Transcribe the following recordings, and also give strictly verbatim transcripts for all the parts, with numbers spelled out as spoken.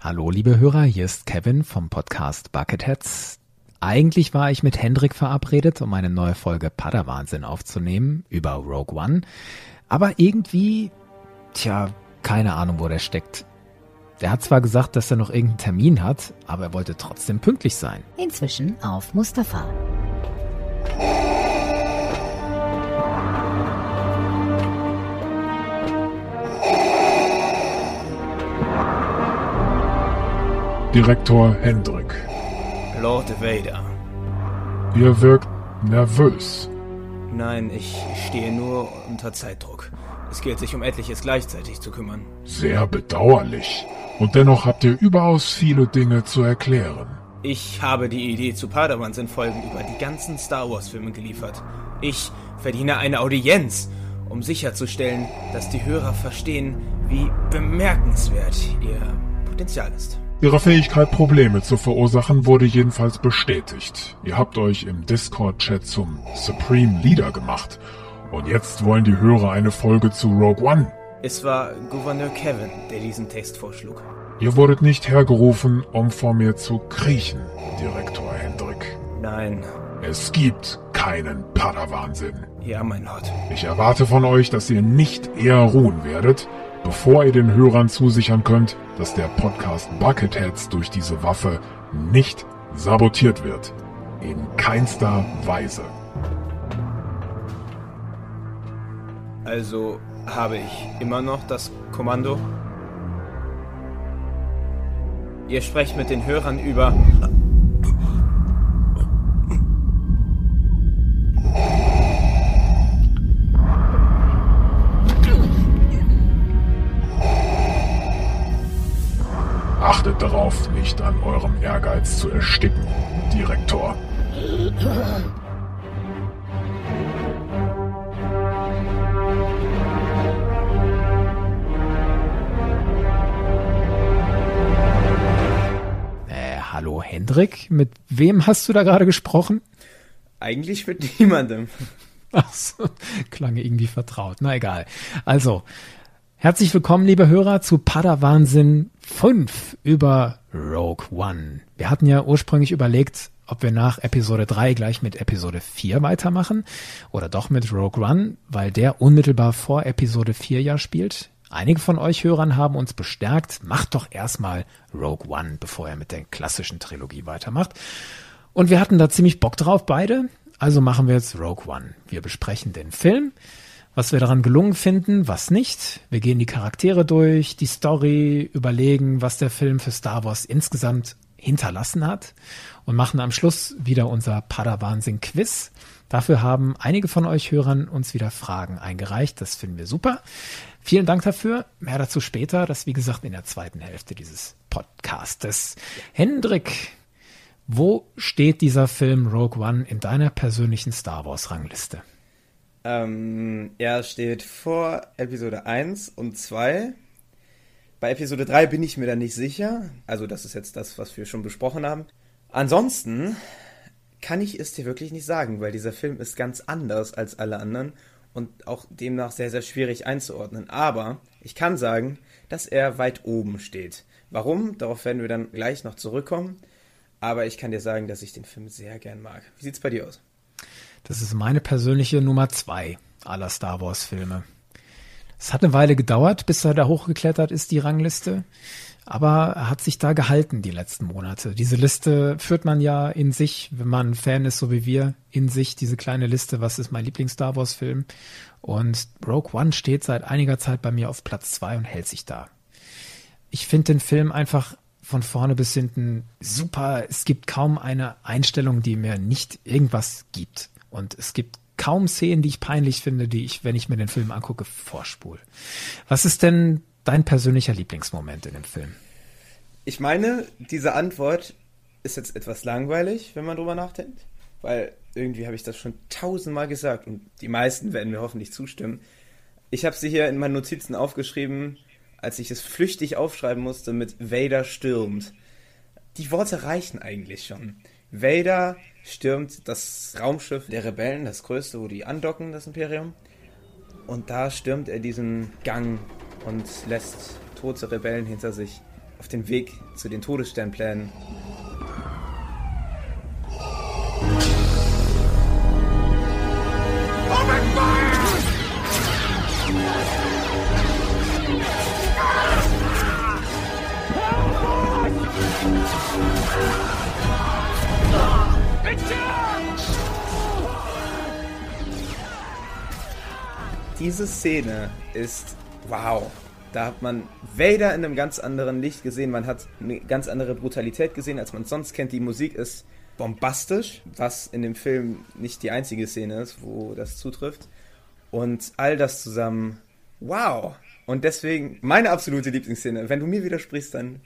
Hallo liebe Hörer, hier ist Kevin vom Podcast Bucketheads. Eigentlich war ich mit Hendrik verabredet, um eine neue Folge Padawansinn aufzunehmen über Rogue One. Aber irgendwie, tja, keine Ahnung, wo der steckt. Der hat zwar gesagt, dass er noch irgendeinen Termin hat, aber er wollte trotzdem pünktlich sein. Inzwischen auf Mustafa. Direktor Hendrik. Lord Vader. Ihr wirkt nervös. Nein, ich stehe nur unter Zeitdruck. Es gilt, sich um etliches gleichzeitig zu kümmern. Sehr bedauerlich. Und dennoch habt ihr überaus viele Dinge zu erklären. Ich habe die Idee zu Padawansinn-Folgen über die ganzen Star Wars-Filme geliefert. Ich verdiene eine Audienz, um sicherzustellen, dass die Hörer verstehen, wie bemerkenswert ihr Potenzial ist. Ihre Fähigkeit, Probleme zu verursachen, wurde jedenfalls bestätigt. Ihr habt euch im Discord-Chat zum Supreme Leader gemacht. Und jetzt wollen die Hörer eine Folge zu Rogue One. Es war Gouverneur Kevin, der diesen Text vorschlug. Ihr wurdet nicht hergerufen, um vor mir zu kriechen, Direktor Hendrik. Nein. Es gibt keinen Padawansinn. Ja, mein Lord. Ich erwarte von euch, dass ihr nicht eher ruhen werdet, bevor ihr den Hörern zusichern könnt, dass der Podcast Bucketheads durch diese Waffe nicht sabotiert wird. In keinster Weise. Also habe ich immer noch das Kommando? Ihr sprecht mit den Hörern über... Achtet darauf, nicht an eurem Ehrgeiz zu ersticken, Direktor. Äh, hallo Hendrik? Mit wem hast du da gerade gesprochen? Eigentlich mit niemandem. Ach so, klang irgendwie vertraut. Na egal. Also... Herzlich willkommen, liebe Hörer, zu Padawansinn fünf über Rogue One. Wir hatten ja ursprünglich überlegt, ob wir nach Episode drei gleich mit Episode vier weitermachen oder doch mit Rogue One, weil der unmittelbar vor Episode vier ja spielt. Einige von euch Hörern haben uns bestärkt, macht doch erstmal Rogue One, bevor ihr mit der klassischen Trilogie weitermacht. Und wir hatten da ziemlich Bock drauf, beide. Also machen wir jetzt Rogue One. Wir besprechen den Film, was wir daran gelungen finden, was nicht. Wir gehen die Charaktere durch, die Story, überlegen, was der Film für Star Wars insgesamt hinterlassen hat und machen am Schluss wieder unser Padawansinn-Quiz. Dafür haben einige von euch Hörern uns wieder Fragen eingereicht. Das finden wir super. Vielen Dank dafür. Mehr dazu später. Das, wie gesagt, in der zweiten Hälfte dieses Podcastes. Hendrik, wo steht dieser Film Rogue One in deiner persönlichen Star Wars-Rangliste? Ähm, er steht vor Episode eins und zwei. Bei Episode drei bin ich mir da nicht sicher. Also das ist jetzt das, was wir schon besprochen haben. Ansonsten kann ich es dir wirklich nicht sagen, weil dieser Film ist ganz anders als alle anderen und auch demnach sehr, sehr schwierig einzuordnen. Aber ich kann sagen, dass er weit oben steht. Warum? Darauf werden wir dann gleich noch zurückkommen. Aber ich kann dir sagen, dass ich den Film sehr gern mag. Wie sieht's bei dir aus? Das ist meine persönliche Nummer zwei aller Star Wars Filme. Es hat eine Weile gedauert, bis er da hochgeklettert ist, die Rangliste. Aber er hat sich da gehalten die letzten Monate. Diese Liste führt man ja in sich, wenn man ein Fan ist, so wie wir, in sich diese kleine Liste, was ist mein Lieblings-Star Wars Film. Und Rogue One steht seit einiger Zeit bei mir auf Platz zwei und hält sich da. Ich finde den Film einfach von vorne bis hinten super. Es gibt kaum eine Einstellung, die mir nicht irgendwas gibt. Und es gibt kaum Szenen, die ich peinlich finde, die ich, wenn ich mir den Film angucke, vorspule. Was ist denn dein persönlicher Lieblingsmoment in dem Film? Ich meine, diese Antwort ist jetzt etwas langweilig, wenn man drüber nachdenkt. Weil irgendwie habe ich das schon tausendmal gesagt und die meisten werden mir hoffentlich zustimmen. Ich habe sie hier in meinen Notizen aufgeschrieben, als ich es flüchtig aufschreiben musste mit Vader stürmt. Die Worte reichen eigentlich schon. Vader stürmt das Raumschiff der Rebellen, das größte, wo die andocken, das Imperium. Und da stürmt er diesen Gang und lässt tote Rebellen hinter sich. auf den Weg zu den Todessternplänen. Diese Szene ist wow. Da hat man Vader in einem ganz anderen Licht gesehen. Man hat eine ganz andere Brutalität gesehen, als man sonst kennt. Die Musik ist bombastisch, was in dem Film nicht die einzige Szene ist, wo das zutrifft. Und all das zusammen, wow. Und deswegen meine absolute Lieblingsszene. Wenn du mir widersprichst, dann...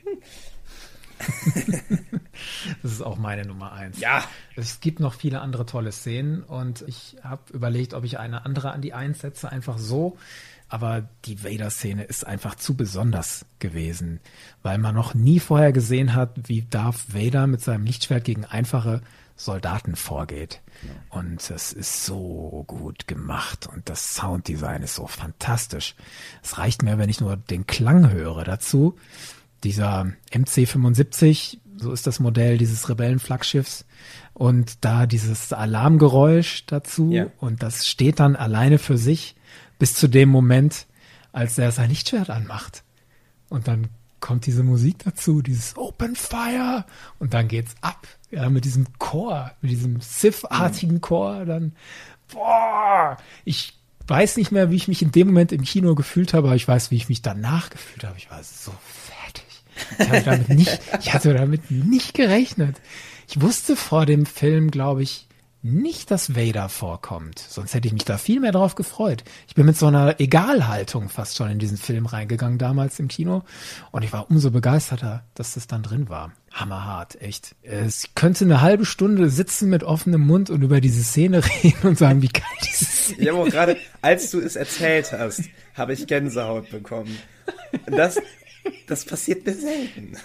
Das ist auch meine Nummer eins. Ja. Es gibt noch viele andere tolle Szenen und ich habe überlegt, ob ich eine andere an die Eins setze, einfach so. Aber die Vader-Szene ist einfach zu besonders gewesen, weil man noch nie vorher gesehen hat, wie Darth Vader mit seinem Lichtschwert gegen einfache Soldaten vorgeht. Ja. Und es ist so gut gemacht und das Sounddesign ist so fantastisch. Es reicht mir, wenn ich nur den Klang höre dazu. Dieser M C fünfundsiebzig, so ist das Modell dieses Rebellenflaggschiffs und da dieses Alarmgeräusch dazu ja. Und das steht dann alleine für sich bis zu dem Moment, als er sein Lichtschwert anmacht und dann kommt diese Musik dazu, dieses Open Fire und dann geht's ab, ja, mit diesem Chor, mit diesem Sith-artigen Chor, dann boah, ich weiß nicht mehr, wie ich mich in dem Moment im Kino gefühlt habe, aber ich weiß, wie ich mich danach gefühlt habe. Ich war so Ich hatte damit nicht, ich hatte damit nicht gerechnet. Ich wusste vor dem Film, glaube ich, nicht, dass Vader vorkommt. Sonst hätte ich mich da viel mehr drauf gefreut. Ich bin mit so einer Egalhaltung fast schon in diesen Film reingegangen damals im Kino. Und ich war umso begeisterter, dass das dann drin war. Hammerhart, echt. Ich könnte eine halbe Stunde sitzen mit offenem Mund und über diese Szene reden und sagen, wie geil diese Szene ist. Ja, aber gerade als du es erzählt hast, habe ich Gänsehaut bekommen. Das... Das passiert mir selten.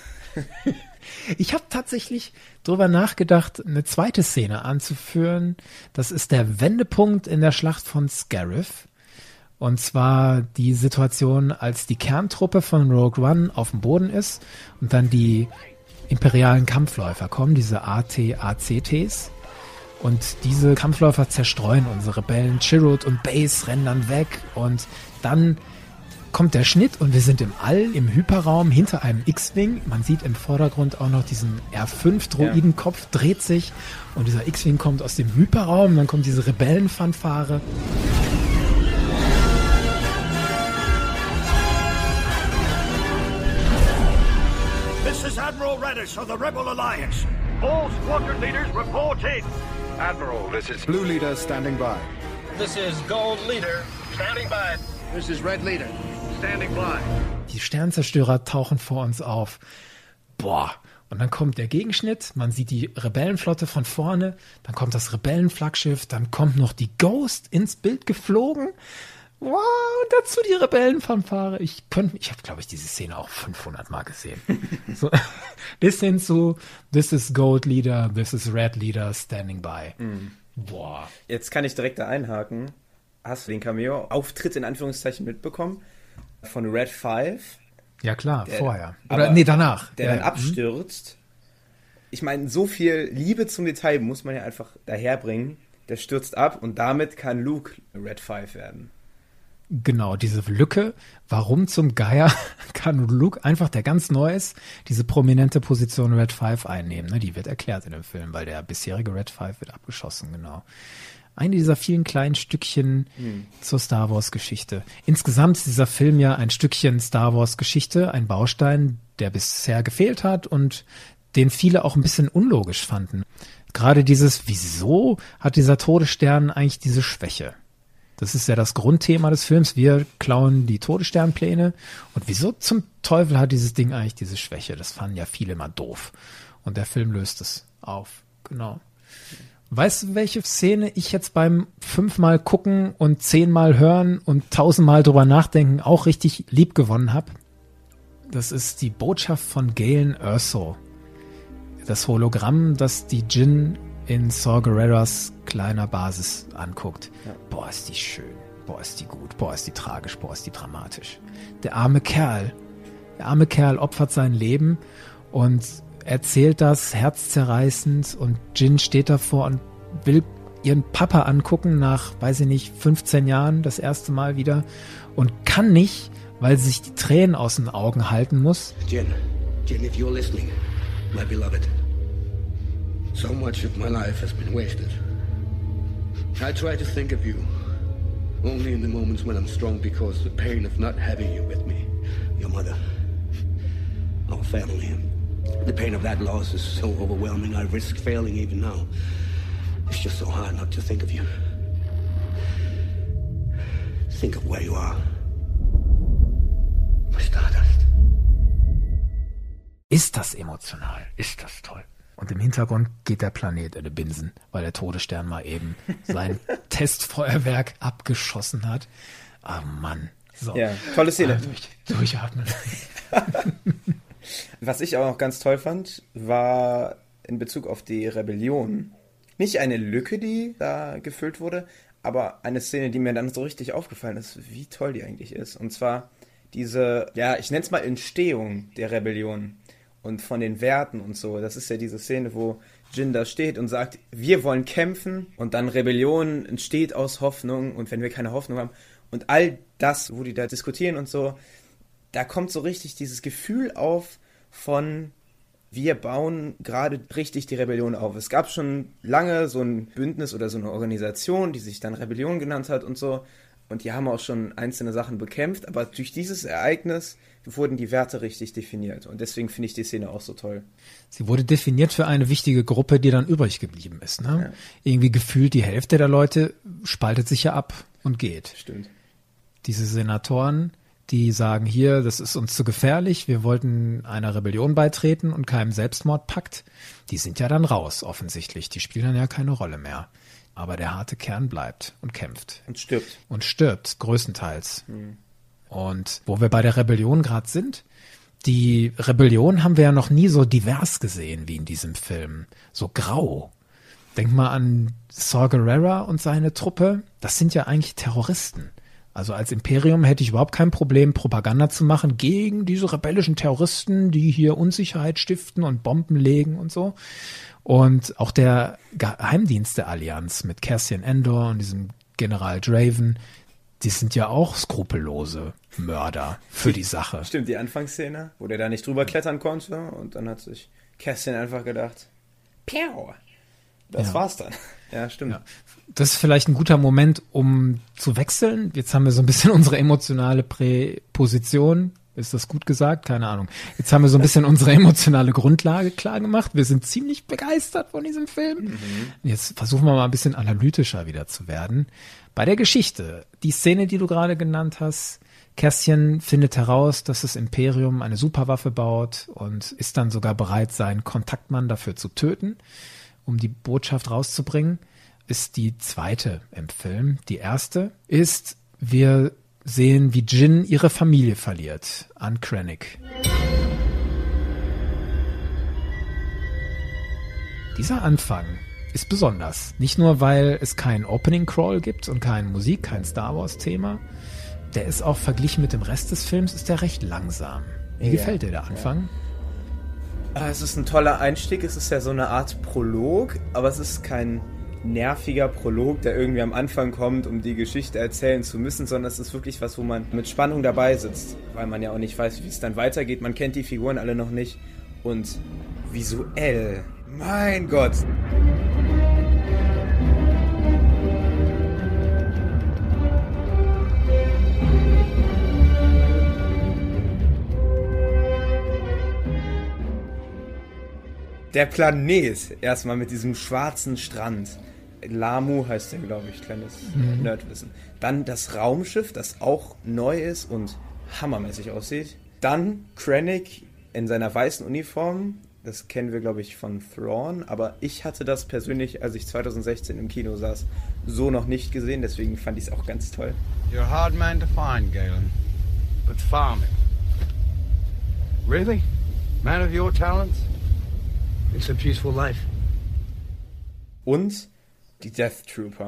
Ich habe tatsächlich drüber nachgedacht, eine zweite Szene anzuführen. Das ist der Wendepunkt in der Schlacht von Scarif. Und zwar die Situation, als die Kerntruppe von Rogue One auf dem Boden ist und dann die imperialen Kampfläufer kommen, diese A T A C Ts. Und diese Kampfläufer zerstreuen unsere Rebellen. Chirrut und Baze rennen dann weg und dann kommt der Schnitt und wir sind im All, im Hyperraum, hinter einem X-Wing. Man sieht im Vordergrund auch noch diesen R fünf Droidenkopf, dreht sich und dieser X-Wing kommt aus dem Hyperraum. Dann kommt diese Rebellenfanfare. This is Admiral Radish of the Rebel Alliance. All squadron leaders report in. Admiral, this is Blue Leader standing by. This is Gold Leader standing by. This is Red Leader. Standing by. Die Sternzerstörer tauchen vor uns auf. Boah. Und dann kommt der Gegenschnitt. Man sieht die Rebellenflotte von vorne. Dann kommt das Rebellenflaggschiff. Dann kommt noch die Ghost ins Bild geflogen. Wow. Und dazu die Rebellenfanfare. Ich könnte, ich habe, glaube ich, diese Szene auch fünfhundert Mal gesehen. So, bis hin zu This is Gold Leader, This is Red Leader, Standing by. Mhm. Boah. Jetzt kann ich direkt da einhaken. Hast du den Cameo-Auftritt in Anführungszeichen mitbekommen? Von Red fünf? Ja klar, der, vorher. Oder nee, danach. Der ja, dann abstürzt. Ich meine, so viel Liebe zum Detail muss man ja einfach daherbringen. Der stürzt ab und damit kann Luke Red fünf werden. Genau, diese Lücke. Warum zum Geier kann Luke einfach, der ganz neu ist, diese prominente Position Red fünf einnehmen? Ne? Die wird erklärt in dem Film, weil der bisherige Red fünf wird abgeschossen, genau. Eine dieser vielen kleinen Stückchen hm. zur Star Wars Geschichte. Insgesamt ist dieser Film ja ein Stückchen Star Wars Geschichte, ein Baustein, der bisher gefehlt hat und den viele auch ein bisschen unlogisch fanden. Gerade dieses, wieso hat dieser Todesstern eigentlich diese Schwäche? Das ist ja das Grundthema des Films. Wir klauen die Todessternpläne. Und wieso zum Teufel hat dieses Ding eigentlich diese Schwäche? Das fanden ja viele immer doof. Und der Film löst es auf. Genau. Weißt du, welche Szene ich jetzt beim fünfmal gucken und zehnmal hören und tausendmal drüber nachdenken auch richtig lieb gewonnen habe? Das ist die Botschaft von Galen Erso. Das Hologramm, das die Jyn in Saw Gerreras kleiner Basis anguckt. Ja. Boah, ist die schön. Boah, ist die gut. Boah, ist die tragisch. Boah, ist die dramatisch. Der arme Kerl Der arme Kerl opfert sein Leben und erzählt das herzzerreißend und Jin steht davor und will ihren Papa angucken nach, weiß ich nicht, fünfzehn Jahren das erste Mal wieder und kann nicht, weil sie sich die Tränen aus den Augen halten muss. Jin, Jin, if you're listening, my beloved, so much of my life has been wasted. I try to think of you only in the moments when I'm strong because the pain of not having you with me, your mother, our family, the pain of that loss is so overwhelming I risk failing even now. It's just so hard not to think of you. Think of where you are. My Stardust. Ist das emotional? Ist das toll? Und im Hintergrund geht der Planet in die Binsen, weil der Todesstern mal eben sein Testfeuerwerk abgeschossen hat. Ah, Mann. So. Ja, tolle Szene. Ah, durch, durchatmen. Was ich auch noch ganz toll fand, war in Bezug auf die Rebellion nicht eine Lücke, die da gefüllt wurde, aber eine Szene, die mir dann so richtig aufgefallen ist, wie toll die eigentlich ist. Und zwar diese, ja, ich nenne es mal Entstehung der Rebellion und von den Werten und so. Das ist ja diese Szene, wo Jin da steht und sagt, wir wollen kämpfen und dann Rebellion entsteht aus Hoffnung und wenn wir keine Hoffnung haben und all das, wo die da diskutieren und so, da kommt so richtig dieses Gefühl auf von, wir bauen gerade richtig die Rebellion auf. Es gab schon lange so ein Bündnis oder so eine Organisation, die sich dann Rebellion genannt hat und so. Und die haben auch schon einzelne Sachen bekämpft. Aber durch dieses Ereignis wurden die Werte richtig definiert. Und deswegen finde ich die Szene auch so toll. Sie wurde definiert für eine wichtige Gruppe, die dann übrig geblieben ist. Ne? Ja. Irgendwie gefühlt die Hälfte der Leute spaltet sich ja ab und geht. Stimmt. Diese Senatoren, die sagen, hier, das ist uns zu gefährlich, wir wollten einer Rebellion beitreten und keinem Selbstmordpakt, die sind ja dann raus, offensichtlich. Die spielen dann ja keine Rolle mehr. Aber der harte Kern bleibt und kämpft. Und stirbt. Und stirbt, größtenteils. Mhm. Und wo wir bei der Rebellion gerade sind, die Rebellion haben wir ja noch nie so divers gesehen wie in diesem Film. So grau. Denk mal an Saw Gerrera und seine Truppe. Das sind ja eigentlich Terroristen. Also als Imperium hätte ich überhaupt kein Problem, Propaganda zu machen gegen diese rebellischen Terroristen, die hier Unsicherheit stiften und Bomben legen und so. Und auch der Geheimdienst der Allianz mit Cassian Andor und diesem General Draven, die sind ja auch skrupellose Mörder für die Sache. Stimmt, die Anfangsszene, wo der da nicht drüber klettern konnte und dann hat sich Cassian einfach gedacht, Piau, das ja. war's dann. Ja, stimmt. Ja. Das ist vielleicht ein guter Moment, um zu wechseln. Jetzt haben wir so ein bisschen unsere emotionale Präposition. Ist das gut gesagt? Keine Ahnung. Jetzt haben wir so ein bisschen unsere emotionale Grundlage klar gemacht. Wir sind ziemlich begeistert von diesem Film. Mhm. Jetzt versuchen wir mal ein bisschen analytischer wieder zu werden. Bei der Geschichte, die Szene, die du gerade genannt hast, Cassian findet heraus, dass das Imperium eine Superwaffe baut und ist dann sogar bereit, seinen Kontaktmann dafür zu töten, um die Botschaft rauszubringen, ist die zweite im Film. Die erste ist, wir sehen, wie Jin ihre Familie verliert an Krennic. Dieser Anfang ist besonders. Nicht nur, weil es keinen Opening Crawl gibt und keine Musik, kein Star Wars Thema. Der ist auch verglichen mit dem Rest des Films, ist der recht langsam. Wie ja, gefällt dir der Anfang? Ja. Es ist ein toller Einstieg. Es ist ja so eine Art Prolog, aber es ist kein nerviger Prolog, der irgendwie am Anfang kommt, um die Geschichte erzählen zu müssen, sondern es ist wirklich was, wo man mit Spannung dabei sitzt, weil man ja auch nicht weiß, wie es dann weitergeht. Man kennt die Figuren alle noch nicht und visuell, mein Gott. Der Planet, erstmal mit diesem schwarzen Strand. Lamu heißt der, glaube ich, kleines mhm. Nerdwissen. Dann das Raumschiff, das auch neu ist und hammermäßig aussieht. Dann Krennic in seiner weißen Uniform. Das kennen wir, glaube ich, von Thrawn. Aber ich hatte das persönlich, als ich zwanzig sechzehn im Kino saß, so noch nicht gesehen. Deswegen fand ich es auch ganz toll. You're a hard man to find, Galen. But farming. Really? Man of your talents? It's a peaceful life. Und die Death Trooper,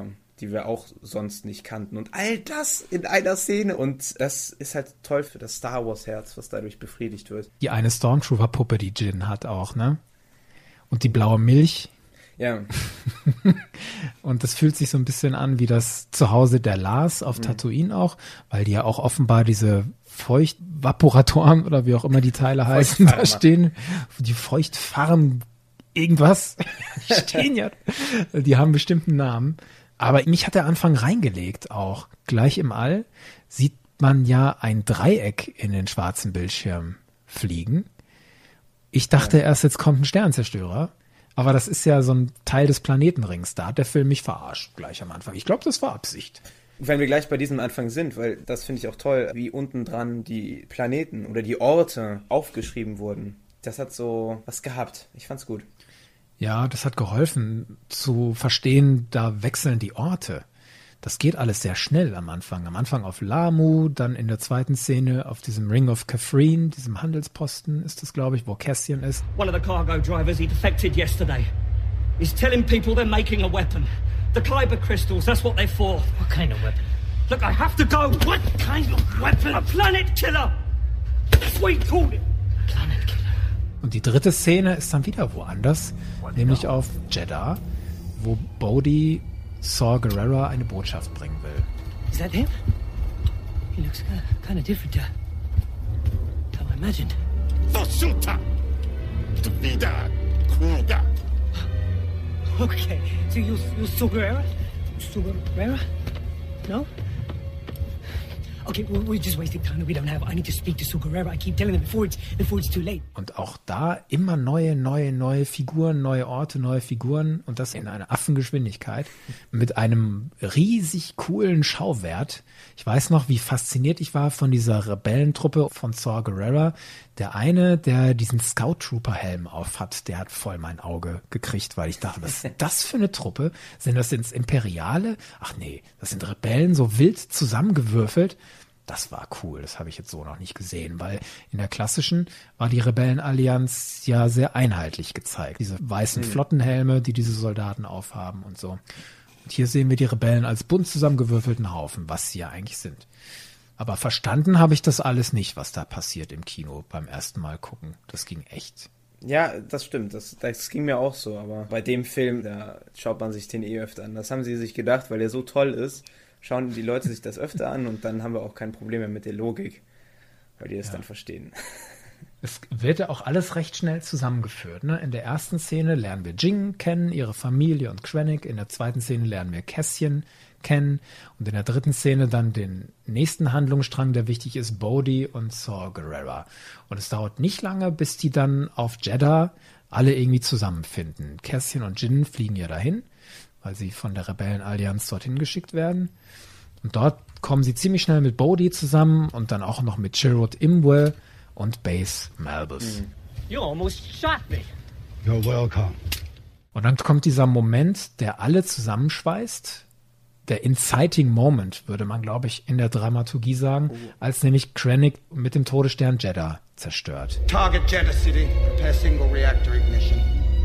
die wir auch sonst nicht kannten. Und all das in einer Szene. Und das ist halt toll für das Star Wars Herz, was dadurch befriedigt wird. Die eine Stormtrooper-Puppe, die Jyn hat auch, ne? Und die blaue Milch. Ja. Und das fühlt sich so ein bisschen an wie das Zuhause der Lars auf Tatooine auch, weil die ja auch offenbar diese Feuchtvaporatoren oder wie auch immer die Teile heißen, da stehen. Die Feuchtfarm irgendwas. Die stehen ja. Die haben bestimmten Namen. Aber mich hat der Anfang reingelegt auch. Gleich im All sieht man ja ein Dreieck in den schwarzen Bildschirm fliegen. Ich dachte ja. erst, jetzt kommt ein Sternzerstörer. Aber das ist ja so ein Teil des Planetenrings. Da hat der Film mich verarscht, gleich am Anfang. Ich glaube, das war Absicht. Wenn wir gleich bei diesem Anfang sind, weil das finde ich auch toll, wie unten dran die Planeten oder die Orte aufgeschrieben wurden. Das hat so was gehabt. Ich fand's gut. Ja, das hat geholfen zu verstehen, da wechseln die Orte. Das geht alles sehr schnell am Anfang. Am Anfang auf Lamu, dann in der zweiten Szene auf diesem Ring of Kafrene, diesem Handelsposten ist das, glaube ich, wo Cassian ist. One of the cargo drivers, he defected yesterday. He's telling people they're making a weapon. The Kyber crystals, that's what they're for. What kind of weapon? Look, I have to go. What kind of weapon? A planet killer. That's what he called it. Planet killer. Und die dritte Szene ist dann wieder woanders, nämlich auf Jeddah, wo Bodhi Saw Gerrera eine Botschaft bringen will. Is that him? He looks kind of different uh, how I imagined. Okay, so you you Saw Gerrera? Saw Gerrera? No? Okay, we're, we're just wasting time. We don't have. I need to speak to Saw Gerrera. I keep telling them before it's before it's too late. Und auch da immer neue, neue, neue Figuren, neue Orte, neue Figuren und das in einer Affengeschwindigkeit mit einem riesig coolen Schauwert. Ich weiß noch, wie fasziniert ich war von dieser Rebellentruppe von Saw Gerrera. Der eine, der diesen Scout Trooper Helm auf hat, der hat voll mein Auge gekriegt, weil ich dachte, was ist das für eine Truppe? Sind das jetzt Imperiale? Ach nee, das sind Rebellen, so wild zusammengewürfelt. Das war cool, das habe ich jetzt so noch nicht gesehen, weil in der klassischen war die Rebellenallianz ja sehr einheitlich gezeigt. Diese weißen mhm. Flottenhelme, die diese Soldaten aufhaben und so. Und hier sehen wir die Rebellen als bunt zusammengewürfelten Haufen, was sie ja eigentlich sind. Aber verstanden habe ich das alles nicht, was da passiert im Kino beim ersten Mal gucken. Das ging echt. Ja, das stimmt. Das, das ging mir auch so. Aber bei dem Film, da schaut man sich den eh öfter an. Das haben sie sich gedacht, weil der so toll ist, schauen die Leute sich das öfter an und dann haben wir auch kein Problem mehr mit der Logik, weil die das ja. dann verstehen. Es wird ja auch alles recht schnell zusammengeführt. Ne? In der ersten Szene lernen wir Jyn kennen, ihre Familie und Krennic. In der zweiten Szene lernen wir Cassian kennen. Und in der dritten Szene dann den nächsten Handlungsstrang, der wichtig ist, Bodhi und Saw Gerrera. Und es dauert nicht lange, bis die dann auf Jeddah alle irgendwie zusammenfinden. Cassian und Jyn fliegen ja dahin, weil sie von der Rebellenallianz dorthin geschickt werden. Und dort kommen sie ziemlich schnell mit Bodhi zusammen und dann auch noch mit Chirrut Imwe und Baze Malbus. You almost shot me. You're welcome. Und dann kommt dieser Moment, der alle zusammenschweißt. Der Inciting Moment, würde man, glaube ich, in der Dramaturgie sagen, oh. als nämlich Krennic mit dem Todesstern Jeddah zerstört. Target Jeddah City. Prepare single reactor ignition.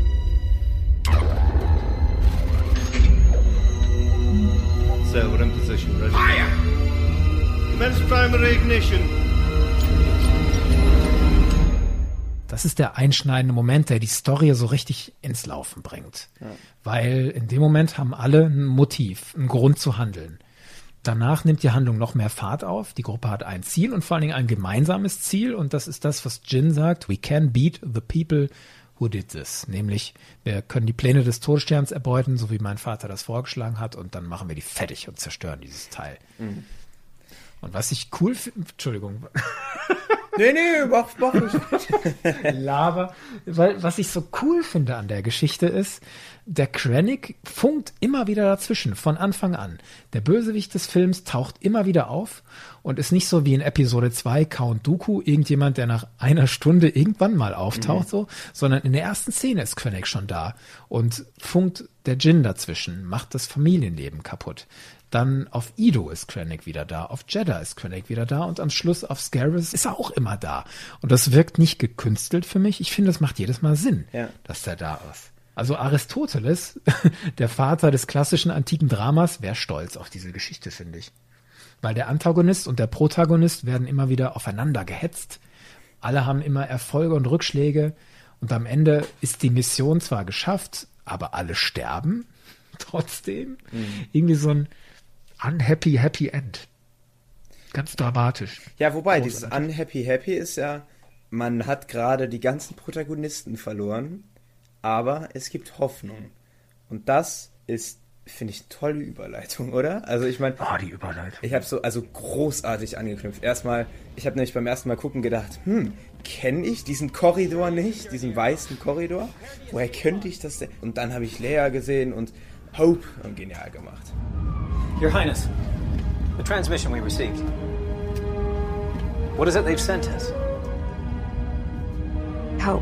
So, we're in position. Ready? Fire! Commence primary ignition. Das ist der einschneidende Moment, der die Story so richtig ins Laufen bringt. Ja. Weil in dem Moment haben alle ein Motiv, einen Grund zu handeln. Danach nimmt die Handlung noch mehr Fahrt auf. Die Gruppe hat ein Ziel und vor allen Dingen ein gemeinsames Ziel. Und das ist das, was Jyn sagt. We can beat the people who did this. Nämlich, wir können die Pläne des Todessterns erbeuten, so wie mein Vater das vorgeschlagen hat. Und dann machen wir die fertig und zerstören dieses Teil. Mhm. Und was ich cool finde, Entschuldigung. Nee, nee, mach, mach nicht. Laber. Weil, was ich so cool finde an der Geschichte ist, der Krennic funkt immer wieder dazwischen, von Anfang an. Der Bösewicht des Films taucht immer wieder auf und ist nicht so wie in Episode zwei Count Dooku, irgendjemand, der nach einer Stunde irgendwann mal auftaucht, mhm. so, sondern in der ersten Szene ist Krennic schon da und funkt der Jyn dazwischen, macht das Familienleben kaputt. Dann auf Ido ist Krennic wieder da, auf Jeddah ist Krennic wieder da und am Schluss auf Scarif ist er auch immer da. Und das wirkt nicht gekünstelt für mich. Ich finde, das macht jedes Mal Sinn, ja. dass der da ist. Also Aristoteles, der Vater des klassischen antiken Dramas, wäre stolz auf diese Geschichte, finde ich. Weil der Antagonist und der Protagonist werden immer wieder aufeinander gehetzt. Alle haben immer Erfolge und Rückschläge. Und am Ende ist die Mission zwar geschafft, aber alle sterben trotzdem. Mhm. Irgendwie so ein unhappy, happy end. Ganz dramatisch. Ja, wobei, dieses unhappy, happy ist ja, man hat gerade die ganzen Protagonisten verloren, aber es gibt Hoffnung. Und das ist, finde ich, eine tolle Überleitung, oder? Also ich meine... Oh, die Überleitung. Ich habe so also großartig angeknüpft. Erstmal, ich habe nämlich beim ersten Mal gucken gedacht, hm, kenne ich diesen Korridor nicht, diesen weißen Korridor? Woher könnte ich das denn? Und dann habe ich Leia gesehen und Hope und genial gemacht. Your Highness, the transmission we received. What is it they've sent us? Hope.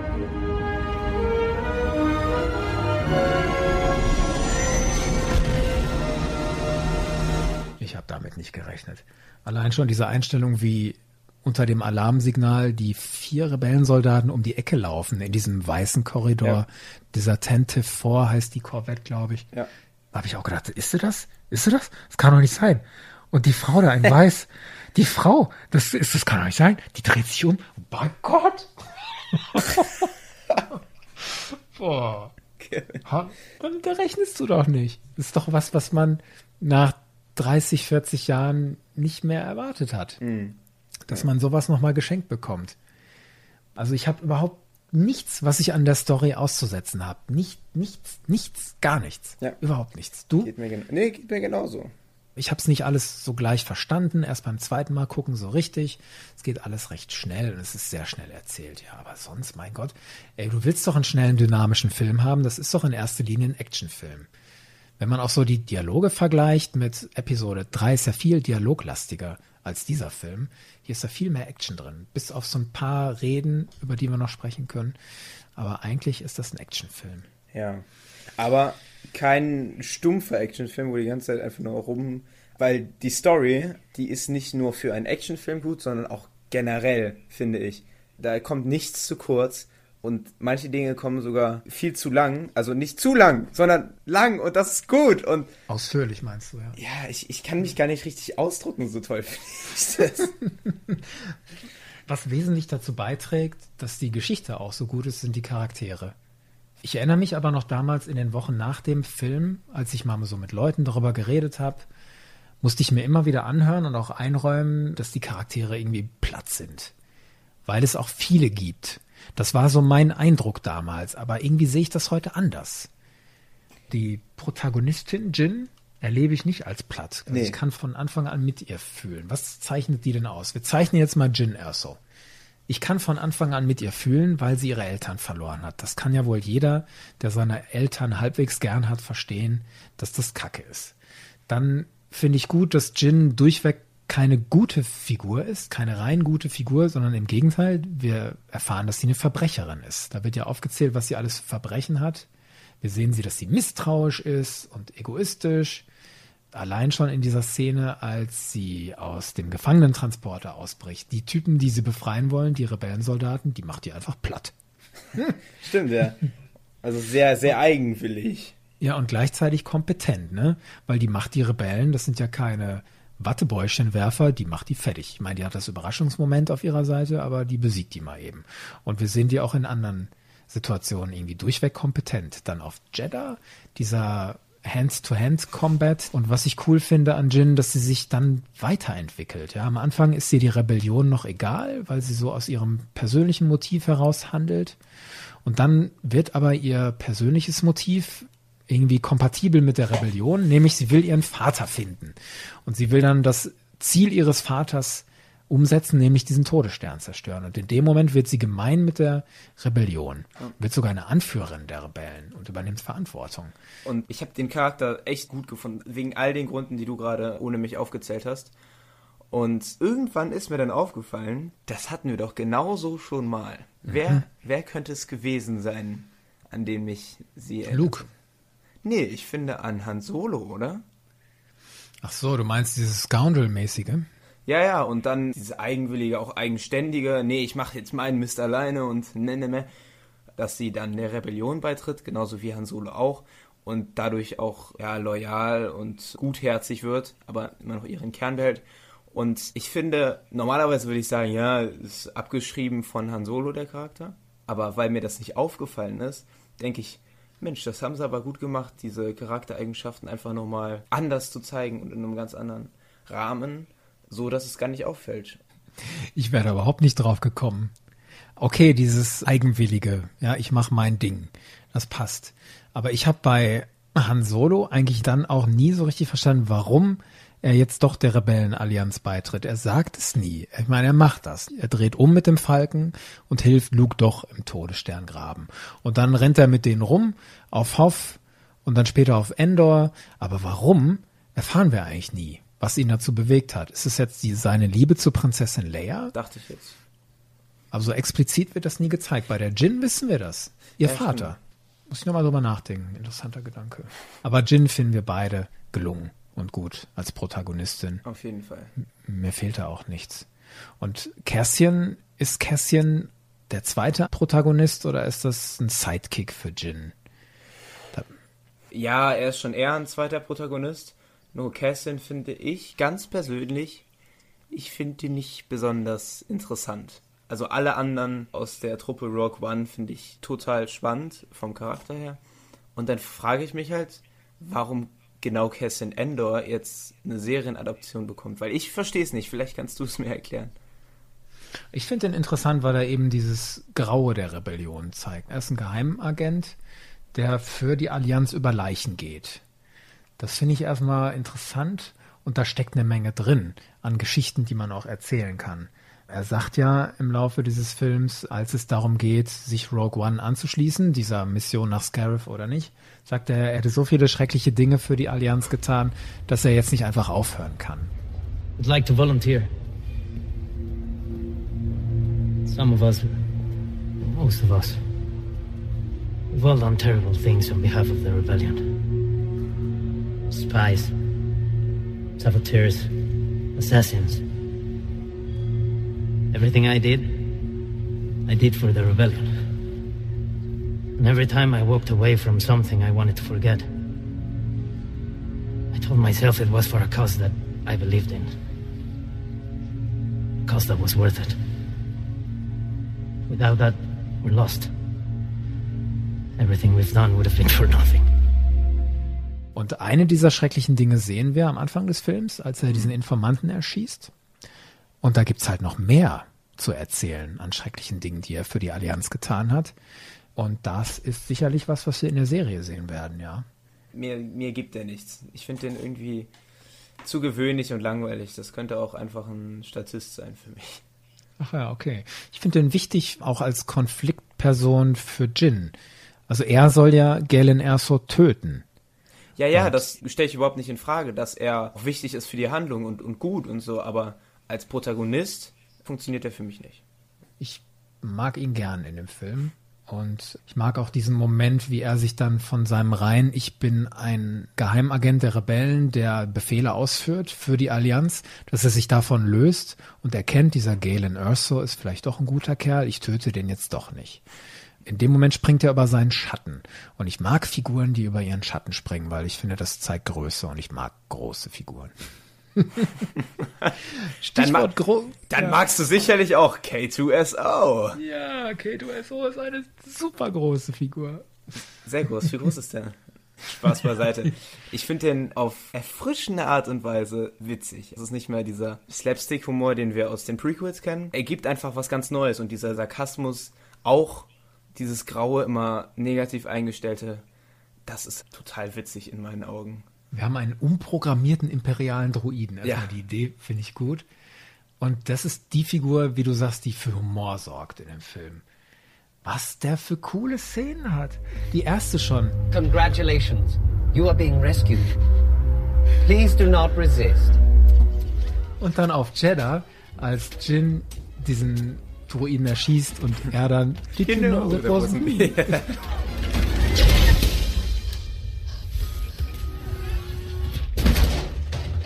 Ich habe damit nicht gerechnet. Allein schon diese Einstellung, wie unter dem Alarmsignal die vier Rebellensoldaten um die Ecke laufen in diesem weißen Korridor. Ja. Dieser Attentive vier heißt die Korvette, glaube ich. Ja. Da habe ich auch gedacht, ist sie das? Ist sie das? Das kann doch nicht sein. Und die Frau da in weiß, die Frau, das ist, das kann doch nicht sein. Die dreht sich um. Oh mein Gott! Boah. Ha, da rechnest du doch nicht. Das ist doch was, was man nach dreißig, vierzig Jahren nicht mehr erwartet hat. Mhm. Dass man sowas nochmal geschenkt bekommt. Also ich habe überhaupt nichts, was ich an der Story auszusetzen habe. Nicht, nichts, nichts, gar nichts. Ja. Überhaupt nichts. Du? Geht mir gen- nee, geht mir genauso. Ich habe es nicht alles so gleich verstanden. Erst beim zweiten Mal gucken so richtig. Es geht alles recht schnell und es ist sehr schnell erzählt. Ja, aber sonst, mein Gott. Ey, du willst doch einen schnellen, dynamischen Film haben. Das ist doch in erster Linie ein Actionfilm. Wenn man auch so die Dialoge vergleicht mit Episode drei, ist ja viel dialoglastiger als dieser Film. Hier ist da viel mehr Action drin. Bis auf so ein paar Reden, über die wir noch sprechen können. Aber eigentlich ist das ein Actionfilm. Ja, aber kein stumpfer Actionfilm, wo die ganze Zeit einfach nur rum... Weil die Story, die ist nicht nur für einen Actionfilm gut, sondern auch generell, finde ich. Da kommt nichts zu kurz. Und manche Dinge kommen sogar viel zu lang. Also nicht zu lang, sondern lang. Und das ist gut. Und ausführlich meinst du, ja. Ja, ich, ich kann mich gar nicht richtig ausdrücken, so toll finde ich das. Was wesentlich dazu beiträgt, dass die Geschichte auch so gut ist, sind die Charaktere. Ich erinnere mich aber noch damals in den Wochen nach dem Film, als ich mal so mit Leuten darüber geredet habe, musste ich mir immer wieder anhören und auch einräumen, dass die Charaktere irgendwie platt sind. Weil es auch viele gibt. Das war so mein Eindruck damals, aber irgendwie sehe ich das heute anders. Die Protagonistin Jyn erlebe ich nicht als platt. Also nee. Ich kann von Anfang an mit ihr fühlen. Was zeichnet die denn aus? Wir zeichnen jetzt mal Jyn Erso. Ich kann von Anfang an mit ihr fühlen, weil sie ihre Eltern verloren hat. Das kann ja wohl jeder, der seine Eltern halbwegs gern hat, verstehen, dass das Kacke ist. Dann finde ich gut, dass Jyn durchweg keine gute Figur ist, keine rein gute Figur, sondern im Gegenteil, wir erfahren, dass sie eine Verbrecherin ist. Da wird ja aufgezählt, was sie alles für Verbrechen hat. Wir sehen sie, dass sie misstrauisch ist und egoistisch. Allein schon in dieser Szene, als sie aus dem Gefangenentransporter ausbricht. Die Typen, die sie befreien wollen, die Rebellensoldaten, die macht die einfach platt. Stimmt, ja. Also sehr, sehr eigenwillig. Ja, und gleichzeitig kompetent, ne? Weil die macht die Rebellen, das sind ja keine Wattebäuschenwerfer, die macht die fertig. Ich meine, die hat das Überraschungsmoment auf ihrer Seite, aber die besiegt die mal eben. Und wir sehen die auch in anderen Situationen irgendwie durchweg kompetent. Dann auf Jeddah, dieser Hand-to-Hand-Combat. Und was ich cool finde an Jyn, dass sie sich dann weiterentwickelt. Ja, am Anfang ist ihr die Rebellion noch egal, weil sie so aus ihrem persönlichen Motiv heraus handelt. Und dann wird aber ihr persönliches Motiv irgendwie kompatibel mit der Rebellion, nämlich sie will ihren Vater finden. Und sie will dann das Ziel ihres Vaters umsetzen, nämlich diesen Todesstern zerstören. Und in dem Moment wird sie gemein mit der Rebellion. Wird sogar eine Anführerin der Rebellen und übernimmt Verantwortung. Und ich habe den Charakter echt gut gefunden, wegen all den Gründen, die du gerade ohne mich aufgezählt hast. Und irgendwann ist mir dann aufgefallen, das hatten wir doch genauso schon mal. Mhm. Wer, wer könnte es gewesen sein, an den mich sie erinnert? Luke. Nee, ich finde an Han Solo, oder? Ach so, du meinst dieses Scoundrel-mäßige? Ja, ja, und dann dieses eigenwillige, auch eigenständige, nee, ich mache jetzt meinen Mist alleine und ne, ne, ne. dass sie dann der Rebellion beitritt, genauso wie Han Solo auch, und dadurch auch ja, loyal und gutherzig wird, aber immer noch ihren Kern behält. Und ich finde, normalerweise würde ich sagen, ja, ist abgeschrieben von Han Solo der Charakter, aber weil mir das nicht aufgefallen ist, denke ich, Mensch, das haben sie aber gut gemacht, diese Charaktereigenschaften einfach nochmal anders zu zeigen und in einem ganz anderen Rahmen, so dass es gar nicht auffällt. Ich wäre da überhaupt nicht drauf gekommen. Okay, dieses Eigenwillige, ja, ich mache mein Ding, das passt. Aber ich habe bei Han Solo eigentlich dann auch nie so richtig verstanden, warum er jetzt doch der Rebellenallianz beitritt. Er sagt es nie. Ich meine, er macht das. Er dreht um mit dem Falken und hilft Luke doch im Todessterngraben. Und dann rennt er mit denen rum auf Hoth und dann später auf Endor. Aber warum, erfahren wir eigentlich nie, was ihn dazu bewegt hat. Ist es jetzt die, seine Liebe zu Prinzessin Leia? Dachte ich jetzt. Aber so explizit wird das nie gezeigt. Bei der Jyn wissen wir das. Ihr Ja, Vater. stimmt. Muss ich nochmal drüber nachdenken. Interessanter Gedanke. Aber Jyn finden wir beide gelungen und gut als Protagonistin. Auf jeden Fall. Mir fehlt da auch nichts. Und Cassian, ist Cassian der zweite Protagonist oder ist das ein Sidekick für Jyn? Da, Ja, er ist schon eher ein zweiter Protagonist. Nur Cassian finde ich ganz persönlich, ich finde ihn nicht besonders interessant. Also alle anderen aus der Truppe Rogue One finde ich total spannend vom Charakter her. Und dann frage ich mich halt, warum genau Cassian Andor jetzt eine Serienadaption bekommt. Weil ich verstehe es nicht. Vielleicht kannst du es mir erklären. Ich finde ihn interessant, weil er eben dieses Graue der Rebellion zeigt. Er ist ein Geheimagent, der für die Allianz über Leichen geht. Das finde ich erstmal interessant und da steckt eine Menge drin an Geschichten, die man auch erzählen kann. Er sagt ja im Laufe dieses Films, als es darum geht, sich Rogue One anzuschließen, dieser Mission nach Scarif oder nicht, sagt er, er hätte so viele schreckliche Dinge für die Allianz getan, dass er jetzt nicht einfach aufhören kann. Would like to volunteer. Some of us, most of us, we've all done terrible things on behalf of the rebellion. Spies, saboteurs, assassins. Everything I did, I did for the rebellion. And every time I walked away from something I wanted to forget, I told myself it was for a cause that I believed in. A cause that was worth it. Without that, we're lost. Everything we've done would have been for nothing. Und eine dieser schrecklichen Dinge sehen wir am Anfang des Films, als er diesen Informanten erschießt. Und da gibt's halt noch mehr zu erzählen an schrecklichen Dingen, die er für die Allianz getan hat. Und das ist sicherlich was, was wir in der Serie sehen werden, ja. Mir, mir gibt er nichts. Ich finde den irgendwie zu gewöhnlich und langweilig. Das könnte auch einfach ein Statist sein für mich. Ach ja, okay. Ich finde den wichtig auch als Konfliktperson für Jyn. Also er soll ja Galen Erso töten. Ja, ja, Und- das stelle ich überhaupt nicht in Frage, dass er auch wichtig ist für die Handlung und, und gut und so, aber als Protagonist funktioniert er für mich nicht. Ich mag ihn gern in dem Film. Und ich mag auch diesen Moment, wie er sich dann von seinem rein, ich bin ein Geheimagent der Rebellen, der Befehle ausführt für die Allianz, dass er sich davon löst und erkennt, dieser Galen Erso ist vielleicht doch ein guter Kerl, ich töte den jetzt doch nicht. In dem Moment springt er über seinen Schatten. Und ich mag Figuren, die über ihren Schatten springen, weil ich finde, das zeigt Größe und ich mag große Figuren. Dann, ma gro- dann ja. magst du sicherlich auch K zwei S O. Ja, K zwei S O ist eine super große Figur. Sehr groß. Wie groß ist der? Spaß beiseite. Ich finde den auf erfrischende Art und Weise witzig. Es ist nicht mehr dieser Slapstick-Humor, den wir aus den Prequels kennen. Er gibt einfach was ganz Neues und dieser Sarkasmus, auch dieses graue, immer negativ eingestellte, das ist total witzig in meinen Augen. Wir haben einen umprogrammierten imperialen Druiden. Erstmal Ja. die Idee finde ich gut. Und das ist die Figur, wie du sagst, die für Humor sorgt in dem Film. Was der für coole Szenen hat. Die erste schon. Congratulations. You are being rescued. Please do not resist. Und dann auf Jeddah, als Jyn diesen Druiden erschießt und er dann Did you know that wasn't me?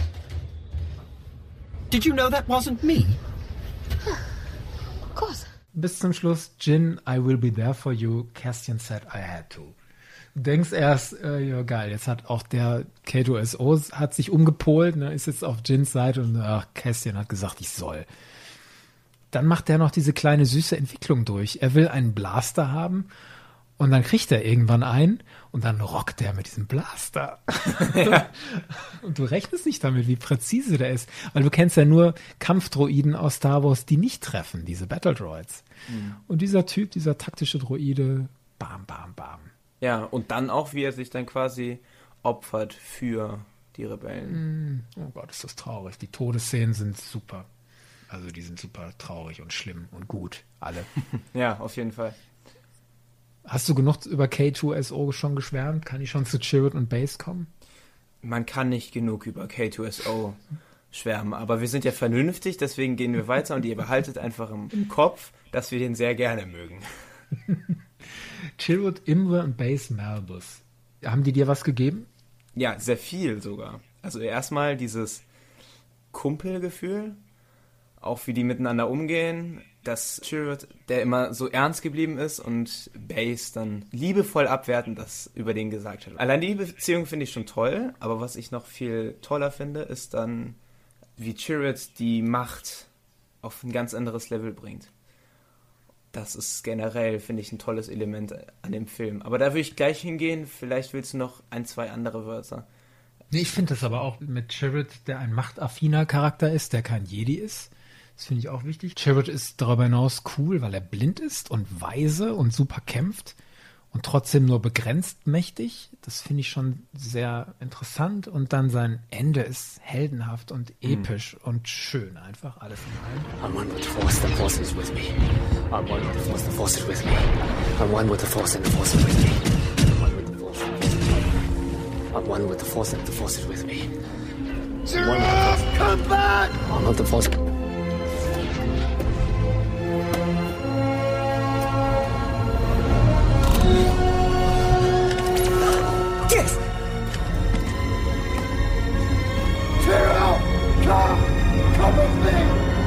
Did you know that wasn't me? Of course. bis zum Schluss, Jin, I will be there for you, Cassian said I had to. Du denkst erst, äh, ja geil, jetzt hat auch der K zwei S O hat sich umgepolt, ne, ist jetzt auf Jins Seite und ach, Cassian hat gesagt, ich soll. Dann macht er noch diese kleine süße Entwicklung durch. Er will einen Blaster haben und dann kriegt er irgendwann einen und dann rockt er mit diesem Blaster. Ja. Und du rechnest nicht damit, wie präzise der ist, weil du kennst ja nur Kampfdroiden aus Star Wars, die nicht treffen, diese Battle Droids. Mhm. Und dieser Typ, dieser taktische Droide, bam, bam, bam. Ja, und dann auch, wie er sich dann quasi opfert für die Rebellen. Oh Gott, ist das traurig. Die Todesszenen sind super. Also die sind super traurig und schlimm und gut, alle. Ja, auf jeden Fall. Hast du genug über K zwei S O schon geschwärmt? Kann ich schon zu Chirrut und Baze kommen? Man kann nicht genug über K zwei S O schwärmen, aber wir sind ja vernünftig, deswegen gehen wir weiter und ihr behaltet einfach im, im Kopf, dass wir den sehr gerne mögen. Chirrut, Imre und Baze Malbus. Haben die dir was gegeben? Ja, sehr viel sogar. Also erstmal dieses Kumpelgefühl, auch wie die miteinander umgehen, dass Chirrut, der immer so ernst geblieben ist und Baze dann liebevoll abwertend das über den gesagt hat. Allein die Beziehung finde ich schon toll, aber was ich noch viel toller finde, ist dann, wie Chirrut die Macht auf ein ganz anderes Level bringt. Das ist generell, finde ich, ein tolles Element an dem Film. Aber da würde ich gleich hingehen. Vielleicht willst du noch ein, zwei andere Wörter. Nee, ich finde das aber auch mit Chirrut, der ein machtaffiner Charakter ist, der kein Jedi ist. Das finde ich auch wichtig. Chirrut ist darüber hinaus cool, weil er blind ist und weise und super kämpft und trotzdem nur begrenzt mächtig. Das finde ich schon sehr interessant. Und dann sein Ende ist heldenhaft und episch mm. und schön. Einfach alles in allem. I'm one with the Force, the Force is with me. I'm one with the Force, the Force is with me. I'm one with the Force and the Force is with me. I'm one with the Force and the Force is with me. Giraffe, come back! I'm not the Force. Yes! Giraffe, come! Come with me!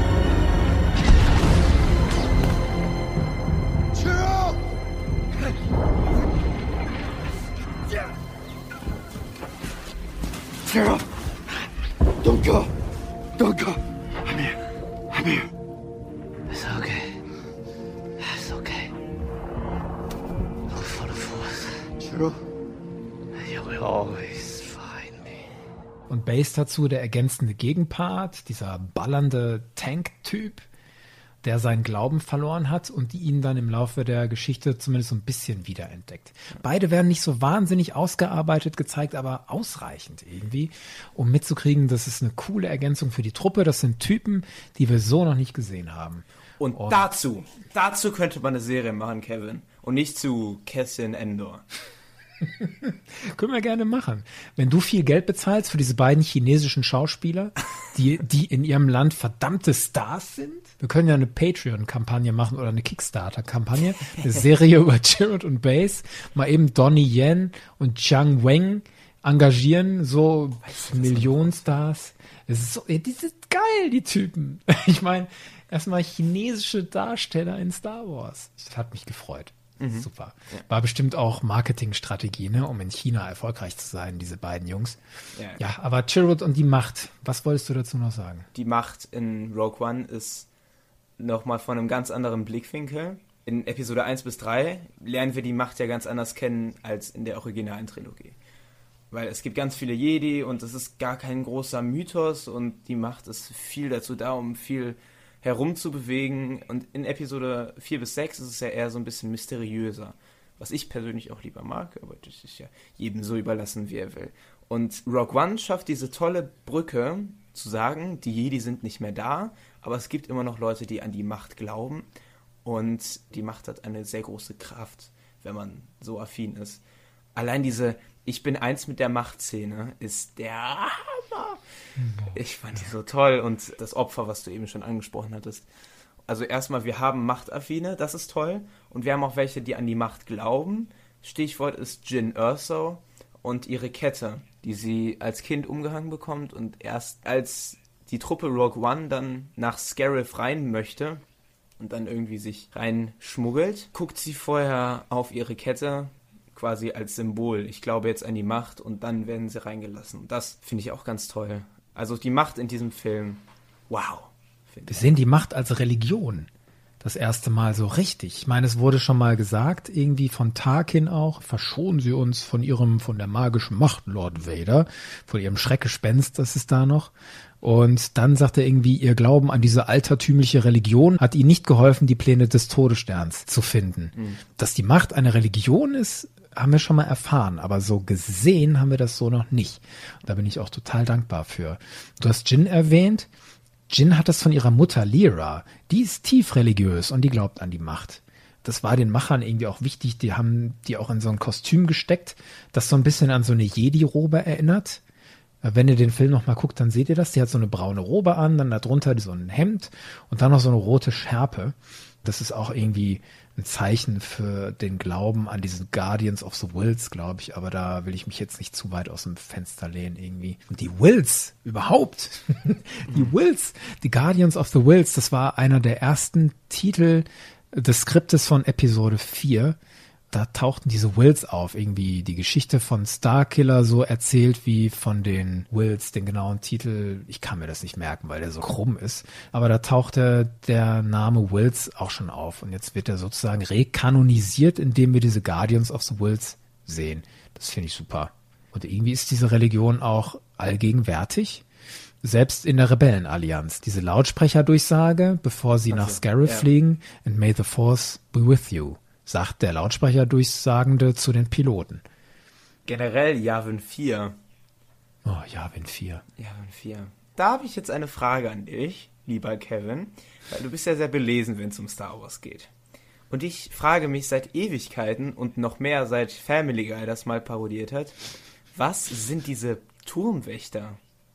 Giraffe! Giraffe! Don't go! Don't go! I'm here. I'm here. It's okay. It's okay. Look for the Force. Giraffe? You will always find me. Und Baze dazu der ergänzende Gegenpart, dieser ballernde Tank-Typ, der seinen Glauben verloren hat und die ihn dann im Laufe der Geschichte zumindest so ein bisschen wiederentdeckt. Beide werden nicht so wahnsinnig ausgearbeitet gezeigt, aber ausreichend irgendwie, um mitzukriegen, das ist eine coole Ergänzung für die Truppe. Das sind Typen, die wir so noch nicht gesehen haben. Und, und dazu, dazu könnte man eine Serie machen, Kevin. Und nicht zu Cassian Andor. Können wir gerne machen. Wenn du viel Geld bezahlst für diese beiden chinesischen Schauspieler, die, die in ihrem Land verdammte Stars sind. Wir können ja eine Patreon-Kampagne machen oder eine Kickstarter-Kampagne. Eine Serie über Chirrut und Baze. Mal eben Donnie Yen und Zhang Weng engagieren, so Millionenstars. Es ist so, die sind geil, die Typen. Ich meine, erstmal chinesische Darsteller in Star Wars. Das hat mich gefreut. Mhm. Super. Ja. War bestimmt auch Marketingstrategie, ne, um in China erfolgreich zu sein, diese beiden Jungs. Ja, ja, aber Chirrut und die Macht, was wolltest du dazu noch sagen? Die Macht in Rogue One ist nochmal von einem ganz anderen Blickwinkel. In Episode eins bis drei lernen wir die Macht ja ganz anders kennen als in der originalen Trilogie. Weil es gibt ganz viele Jedi und es ist gar kein großer Mythos und die Macht ist viel dazu da, um viel herumzubewegen. Und in Episode vier bis sechs ist es ja eher so ein bisschen mysteriöser. Was ich persönlich auch lieber mag, aber das ist ja jedem so überlassen, wie er will. Und Rogue One schafft diese tolle Brücke, zu sagen, die Jedi sind nicht mehr da, aber es gibt immer noch Leute, die an die Macht glauben. Und die Macht hat eine sehr große Kraft, wenn man so affin ist. Allein diese Ich bin eins mit der Macht-Szene ist der Hammer. Ich fand die so toll. Und das Opfer, was du eben schon angesprochen hattest. Also erstmal, wir haben Machtaffine, das ist toll. Und wir haben auch welche, die an die Macht glauben. Stichwort ist Jyn Erso und ihre Kette, die sie als Kind umgehangen bekommt. Und erst als die Truppe Rogue One dann nach Scarif rein möchte, und dann irgendwie sich reinschmuggelt, guckt sie vorher auf ihre Kette, quasi als Symbol. Ich glaube jetzt an die Macht und dann werden sie reingelassen. Und das finde ich auch ganz toll. Also die Macht in diesem Film, wow. Wir sehen die Macht als Religion. Das erste Mal so richtig. Ich meine, es wurde schon mal gesagt, irgendwie von Tarkin auch, verschonen Sie uns von Ihrem, von der magischen Macht, Lord Vader, von Ihrem Schreckgespenst, das ist da noch. Und dann sagt er irgendwie, Ihr Glauben an diese altertümliche Religion hat Ihnen nicht geholfen, die Pläne des Todessterns zu finden. Mhm. Dass die Macht eine Religion ist, haben wir schon mal erfahren, aber so gesehen haben wir das so noch nicht. Und da bin ich auch total dankbar für. Du hast Jyn erwähnt. Jyn hat das von ihrer Mutter Lyra. Die ist tief religiös und die glaubt an die Macht. Das war den Machern irgendwie auch wichtig. Die haben die auch in so ein Kostüm gesteckt, das so ein bisschen an so eine Jedi-Robe erinnert. Wenn ihr den Film nochmal guckt, dann seht ihr das. Die hat so eine braune Robe an, dann darunter so ein Hemd und dann noch so eine rote Schärpe. Das ist auch irgendwie ein Zeichen für den Glauben an diesen Guardians of the Whills, glaube ich. Aber da will ich mich jetzt nicht zu weit aus dem Fenster lehnen irgendwie. Und die Whills, überhaupt. Die Whills, die Guardians of the Whills, das war einer der ersten Titel des Skriptes von Episode vier. Da tauchten diese Whills auf, irgendwie die Geschichte von Starkiller so erzählt wie von den Whills, den genauen Titel, ich kann mir das nicht merken, weil der so krumm ist, aber da tauchte der Name Whills auch schon auf und jetzt wird er sozusagen rekanonisiert, indem wir diese Guardians of the Whills sehen. Das finde ich super. Und irgendwie ist diese Religion auch allgegenwärtig, selbst in der Rebellenallianz. Diese Lautsprecherdurchsage, bevor sie also, nach Scarif ja. fliegen, and may the Force be with you, sagt der Lautsprecherdurchsagende zu den Piloten. Generell Yavin vier. Oh, Yavin vier. Yavin vier. Da habe ich jetzt eine Frage an dich, lieber Kevin, weil du bist ja sehr belesen, wenn es um Star Wars geht. Und ich frage mich seit Ewigkeiten und noch mehr seit Family Guy das mal parodiert hat, was sind diese Turmwächter?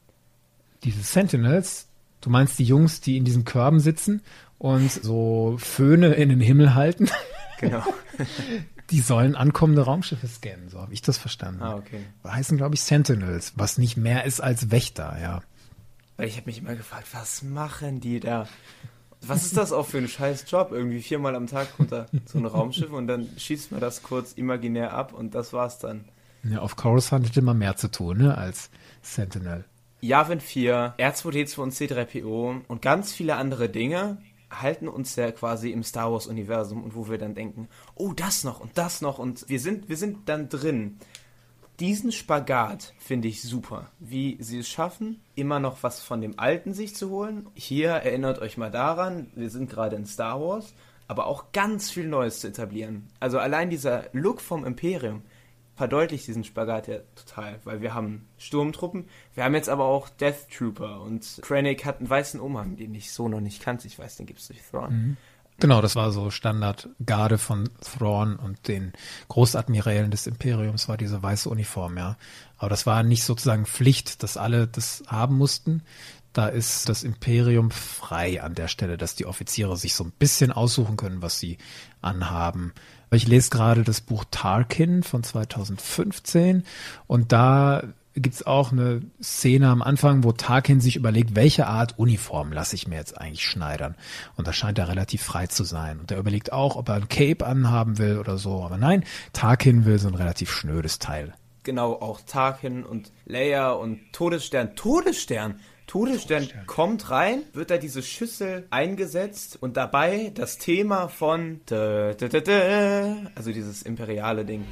Diese Sentinels, du meinst die Jungs, die in diesen Körben sitzen und so Föhne in den Himmel halten? Genau. Die sollen ankommende Raumschiffe scannen, so habe ich das verstanden. Ah, okay. Heißen, glaube ich, Sentinels, was nicht mehr ist als Wächter, ja. Weil ich habe mich immer gefragt, was machen die da? Was ist das auch für ein scheiß Job? Irgendwie viermal am Tag runter so ein Raumschiff und dann schießt man das kurz imaginär ab und das war's dann. Ja, auf Coruscant hat immer mehr zu tun, ne, als Sentinel. Yavin vier, R zwei D zwei und C drei P O und ganz viele andere Dinge halten uns ja quasi im Star Wars Universum und wo wir dann denken, oh, das noch und das noch und wir sind, wir sind dann drin. Diesen Spagat finde ich super, wie sie es schaffen, immer noch was von dem Alten sich zu holen. Hier erinnert euch mal daran, wir sind gerade in Star Wars, aber auch ganz viel Neues zu etablieren. Also allein dieser Look vom Imperium verdeutlicht diesen Spagat ja total, weil wir haben Sturmtruppen, wir haben jetzt aber auch Death Trooper und Krennic hat einen weißen Umhang, den ich so noch nicht kannte. Ich weiß, den gibt es durch Thrawn. Mhm. Genau, das war so Standardgarde von Thrawn und den Großadmirälen des Imperiums war diese weiße Uniform, ja. Aber das war nicht sozusagen Pflicht, dass alle das haben mussten. Da ist das Imperium frei an der Stelle, dass die Offiziere sich so ein bisschen aussuchen können, was sie anhaben. Ich lese gerade das Buch Tarkin von zweitausendfünfzehn und da gibt's auch eine Szene am Anfang, wo Tarkin sich überlegt, welche Art Uniform lasse ich mir jetzt eigentlich schneidern. Und da scheint er relativ frei zu sein. Und er überlegt auch, ob er ein Cape anhaben will oder so. Aber nein, Tarkin will so ein relativ schnödes Teil. Genau, auch Tarkin und Leia und Todesstern. Todesstern! Todesstern kommt rein, wird da diese Schüssel eingesetzt und dabei das Thema von da, da, da, da, also dieses imperiale Ding.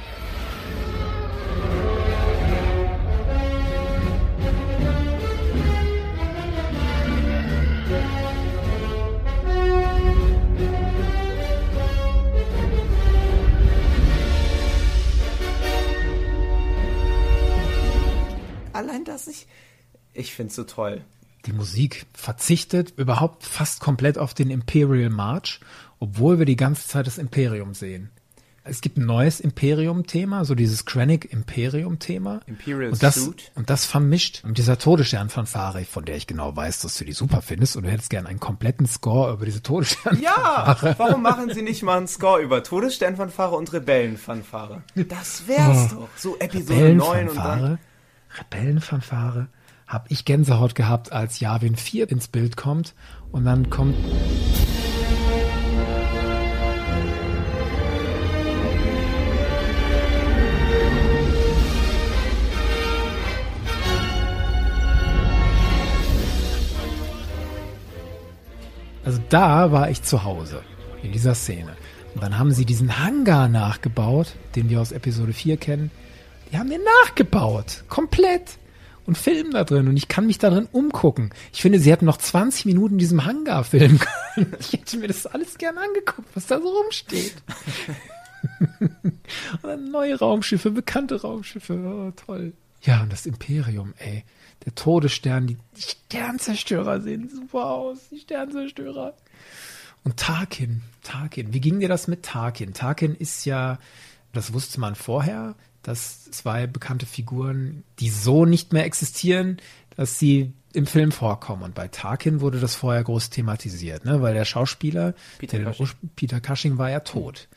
Allein das ich Ich find's so toll. Die Musik verzichtet überhaupt fast komplett auf den Imperial March, obwohl wir die ganze Zeit das Imperium sehen. Es gibt ein neues Imperium-Thema, so dieses Krennic Imperium-Thema. Imperial und das, Suit. Und das vermischt mit dieser Todesstern-Fanfare, von der ich genau weiß, dass du die super findest und du hättest gern einen kompletten Score über diese Todesstern-Fanfare. Ja, warum machen sie nicht mal einen Score über Todesstern-Fanfare und Rebellen-Fanfare? Das wär's oh. doch. So Episode neun und dann... Rebellenfanfare, habe ich Gänsehaut gehabt, als Yavin vier ins Bild kommt und dann kommt da war ich zu Hause, in dieser Szene. Und dann haben sie diesen Hangar nachgebaut, den wir aus Episode vier kennen. Die haben den nachgebaut, komplett. Und filmen da drin. Und ich kann mich da drin umgucken. Ich finde, sie hätten noch zwanzig Minuten in diesem Hangar filmen können. Ich hätte mir das alles gern angeguckt, was da so rumsteht. Und dann neue Raumschiffe, bekannte Raumschiffe. Oh, toll. Ja, und das Imperium, ey. Der Todesstern, die Sternzerstörer sehen super aus. Die Sternzerstörer. Und Tarkin, Tarkin. Wie ging dir das mit Tarkin? Tarkin ist ja, das wusste man vorher, dass zwei bekannte Figuren, die so nicht mehr existieren, dass sie im Film vorkommen. Und bei Tarkin wurde das vorher groß thematisiert, ne? Weil der Schauspieler, Peter der Cushing. Peter Cushing war ja tot.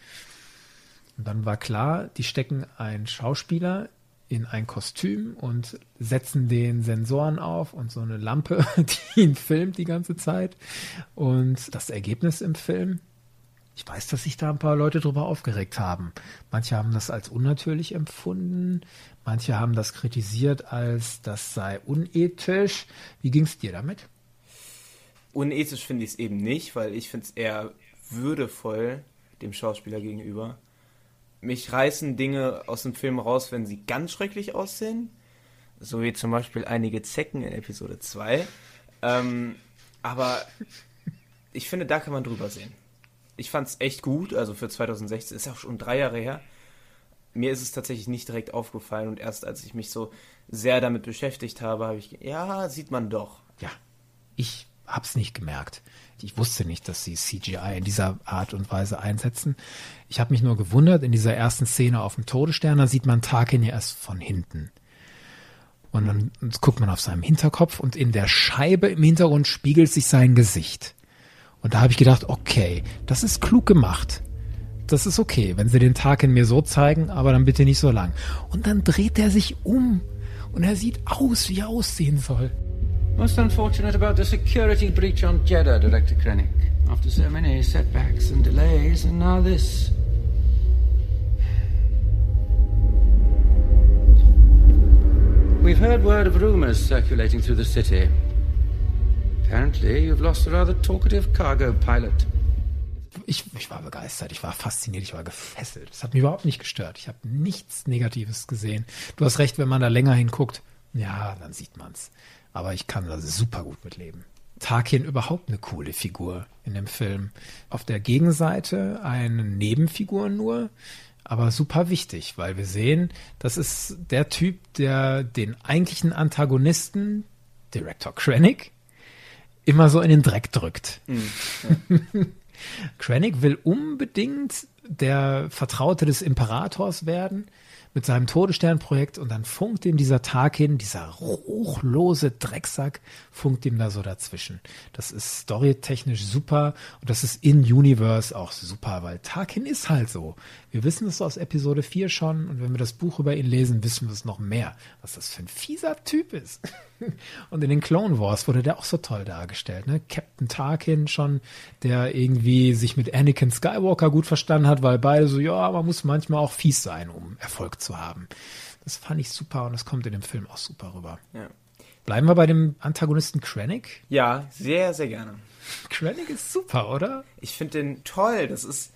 Und dann war klar, die stecken einen Schauspieler in ein Kostüm und setzen den Sensoren auf und so eine Lampe, die ihn filmt die ganze Zeit. Und das Ergebnis im Film, ich weiß, dass sich da ein paar Leute drüber aufgeregt haben. Manche haben das als unnatürlich empfunden, manche haben das kritisiert als, das sei unethisch. Wie ging es dir damit? Unethisch finde ich es eben nicht, weil ich finde es eher würdevoll dem Schauspieler gegenüber. Mich reißen Dinge aus dem Film raus, wenn sie ganz schrecklich aussehen. So wie zum Beispiel einige Zecken in Episode zwei. Ähm, aber ich finde, da kann man drüber sehen. Ich fand es echt gut, also für zwanzig sechzehn, ist auch schon drei Jahre her. Mir ist es tatsächlich nicht direkt aufgefallen und erst als ich mich so sehr damit beschäftigt habe, habe ich, ja, sieht man doch. Ja, ich hab's nicht gemerkt. Ich wusste nicht, dass sie C G I in dieser Art und Weise einsetzen. Ich habe mich nur gewundert, in dieser ersten Szene auf dem Todesstern, da sieht man Tarkin ja erst von hinten. Und dann guckt man auf seinem Hinterkopf und in der Scheibe im Hintergrund spiegelt sich sein Gesicht. Und da habe ich gedacht, okay, das ist klug gemacht. Das ist okay, wenn sie den Tarkin mir so zeigen, aber dann bitte nicht so lang. Und dann dreht er sich um und er sieht aus, wie er aussehen soll. Most unfortunate about the security breach on Jeddah, Director Krennic. After so many setbacks and delays, and now this. We've heard word of rumors circulating through the city. Apparently, you've lost a rather talkative cargo pilot. Ich, ich war begeistert, ich war fasziniert, ich war gefesselt. Das hat mich überhaupt nicht gestört. Ich habe nichts Negatives gesehen. Du hast recht, wenn man da länger hinguckt, ja, dann sieht man's. Aber ich kann da super gut mitleben. Tarkin überhaupt eine coole Figur in dem Film. Auf der Gegenseite eine Nebenfigur nur, aber super wichtig, weil wir sehen, das ist der Typ, der den eigentlichen Antagonisten, Director Krennic, immer so in den Dreck drückt. Mhm, ja. Krennic will unbedingt der Vertraute des Imperators werden mit seinem Todessternprojekt und dann funkt ihm dieser Tarkin, dieser ruchlose Drecksack, funkt ihm da so dazwischen. Das ist storytechnisch super und das ist in Universe auch super, weil Tarkin ist halt so. Wir wissen es aus Episode vier schon und wenn wir das Buch über ihn lesen, wissen wir es noch mehr, was das für ein fieser Typ ist. Und in den Clone Wars wurde der auch so toll dargestellt, ne? Captain Tarkin schon, der irgendwie sich mit Anakin Skywalker gut verstanden hat, weil beide so, ja, man muss manchmal auch fies sein, um Erfolg zu haben. Das fand ich super und das kommt in dem Film auch super rüber. Ja. Bleiben wir bei dem Antagonisten Krennic? Ja, sehr, sehr gerne. Krennic ist super, oder? Ich finde den toll. Das ist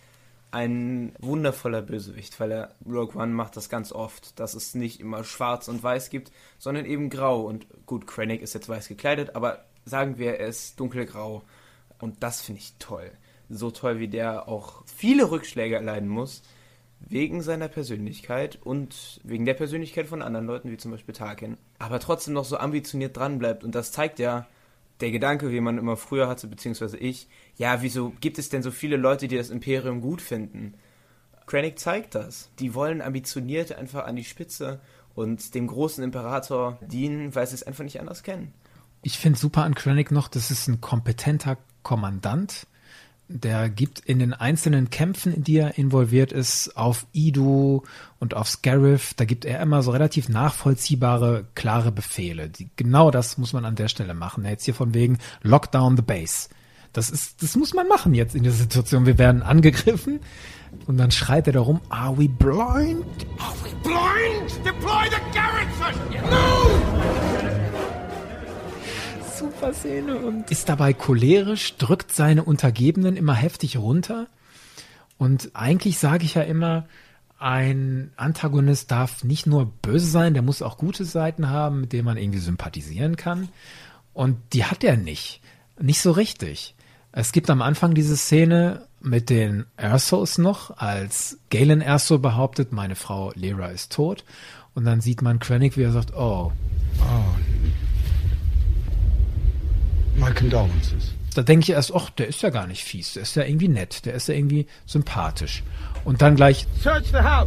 ein wundervoller Bösewicht, weil er Rogue One macht das ganz oft, dass es nicht immer schwarz und weiß gibt, sondern eben grau. Und gut, Krennic ist jetzt weiß gekleidet, aber sagen wir, er ist dunkelgrau. Und das finde ich toll. So toll, wie der auch viele Rückschläge erleiden muss, wegen seiner Persönlichkeit und wegen der Persönlichkeit von anderen Leuten, wie zum Beispiel Tarkin. Aber trotzdem noch so ambitioniert dran bleibt. Und das zeigt ja der Gedanke, wie man immer früher hatte, beziehungsweise ich, ja, wieso gibt es denn so viele Leute, die das Imperium gut finden? Krennic zeigt das. Die wollen ambitioniert einfach an die Spitze und dem großen Imperator dienen, weil sie es einfach nicht anders kennen. Ich finde super an Krennic noch, das ist ein kompetenter Kommandant. Der gibt in den einzelnen Kämpfen, in die er involviert ist, auf Idu und auf Scarif, da gibt er immer so relativ nachvollziehbare, klare Befehle. Die, genau das muss man an der Stelle machen. Jetzt hier von wegen Lock down the base. Das ist, das muss man machen jetzt in der Situation. Wir werden angegriffen und dann schreit er darum, are we blind? Are we blind? Deploy the garrison! Move! super Szene und ist dabei cholerisch, drückt seine Untergebenen immer heftig runter. Und eigentlich sage ich ja immer, ein Antagonist darf nicht nur böse sein, der muss auch gute Seiten haben, mit denen man irgendwie sympathisieren kann. Und die hat er nicht. Nicht so richtig. Es gibt am Anfang diese Szene mit den Ersos noch, als Galen Erso behauptet, meine Frau Lyra ist tot. Und dann sieht man Krennic, wie er sagt, oh. Oh. My condolences. Da denke ich erst, ach, der ist ja gar nicht fies, der ist ja irgendwie nett, der ist ja irgendwie sympathisch. Und dann gleich... Search the house!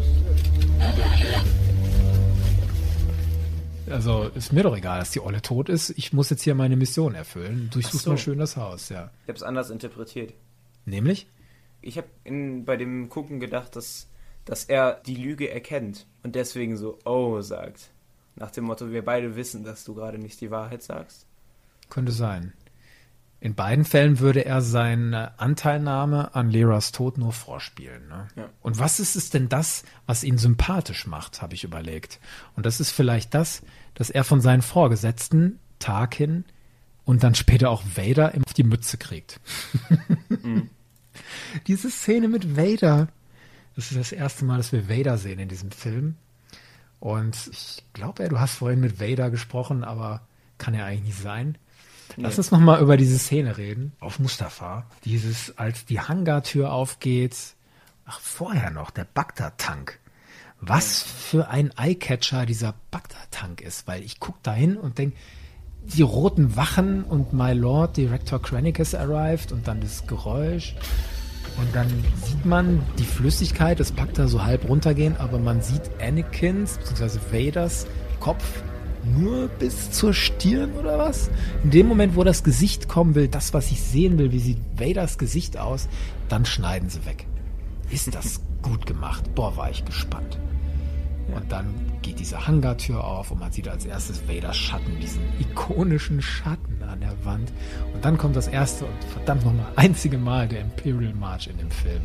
Also ist mir doch egal, dass die Olle tot ist. Ich muss jetzt hier meine Mission erfüllen. Durchsuch so. mal schön das Haus, ja. Ich habe es anders interpretiert. Nämlich? Ich habe bei dem Gucken gedacht, dass, dass er die Lüge erkennt und deswegen so oh sagt. Nach dem Motto, wir beide wissen, dass du gerade nicht die Wahrheit sagst. Könnte sein. In beiden Fällen würde er seine Anteilnahme an Lyras Tod nur vorspielen. Ne? Ja. Und was ist es denn das, was ihn sympathisch macht, habe ich überlegt. Und das ist vielleicht das, dass er von seinen Vorgesetzten Tarkin und dann später auch Vader auf die Mütze kriegt. Mhm. Diese Szene mit Vader, das ist das erste Mal, dass wir Vader sehen in diesem Film. Und ich glaube, ja, du hast vorhin mit Vader gesprochen, aber kann ja eigentlich nicht sein. Lass nee. uns noch mal über diese Szene reden. Auf Mustafar. Dieses, als die Hangartür aufgeht. Ach, vorher noch, der Bagdad-Tank. Was für ein Eyecatcher dieser Bagdad-Tank ist. Weil ich gucke da hin und denke, die roten Wachen und My Lord, Director Krennic has arrived und dann das Geräusch. Und dann sieht man die Flüssigkeit des Bagdad so halb runtergehen, aber man sieht Anakins bzw. Vaders Kopf nur bis zur Stirn oder was? In dem Moment, wo das Gesicht kommen will, das, was ich sehen will, wie sieht Vaders Gesicht aus, dann schneiden sie weg. Ist das gut gemacht? Boah, war ich gespannt. Und dann geht diese Hangartür auf und man sieht als erstes Vaders Schatten, diesen ikonischen Schatten an der Wand. Und dann kommt das erste und verdammt nochmal einzige Mal der Imperial March in dem Film.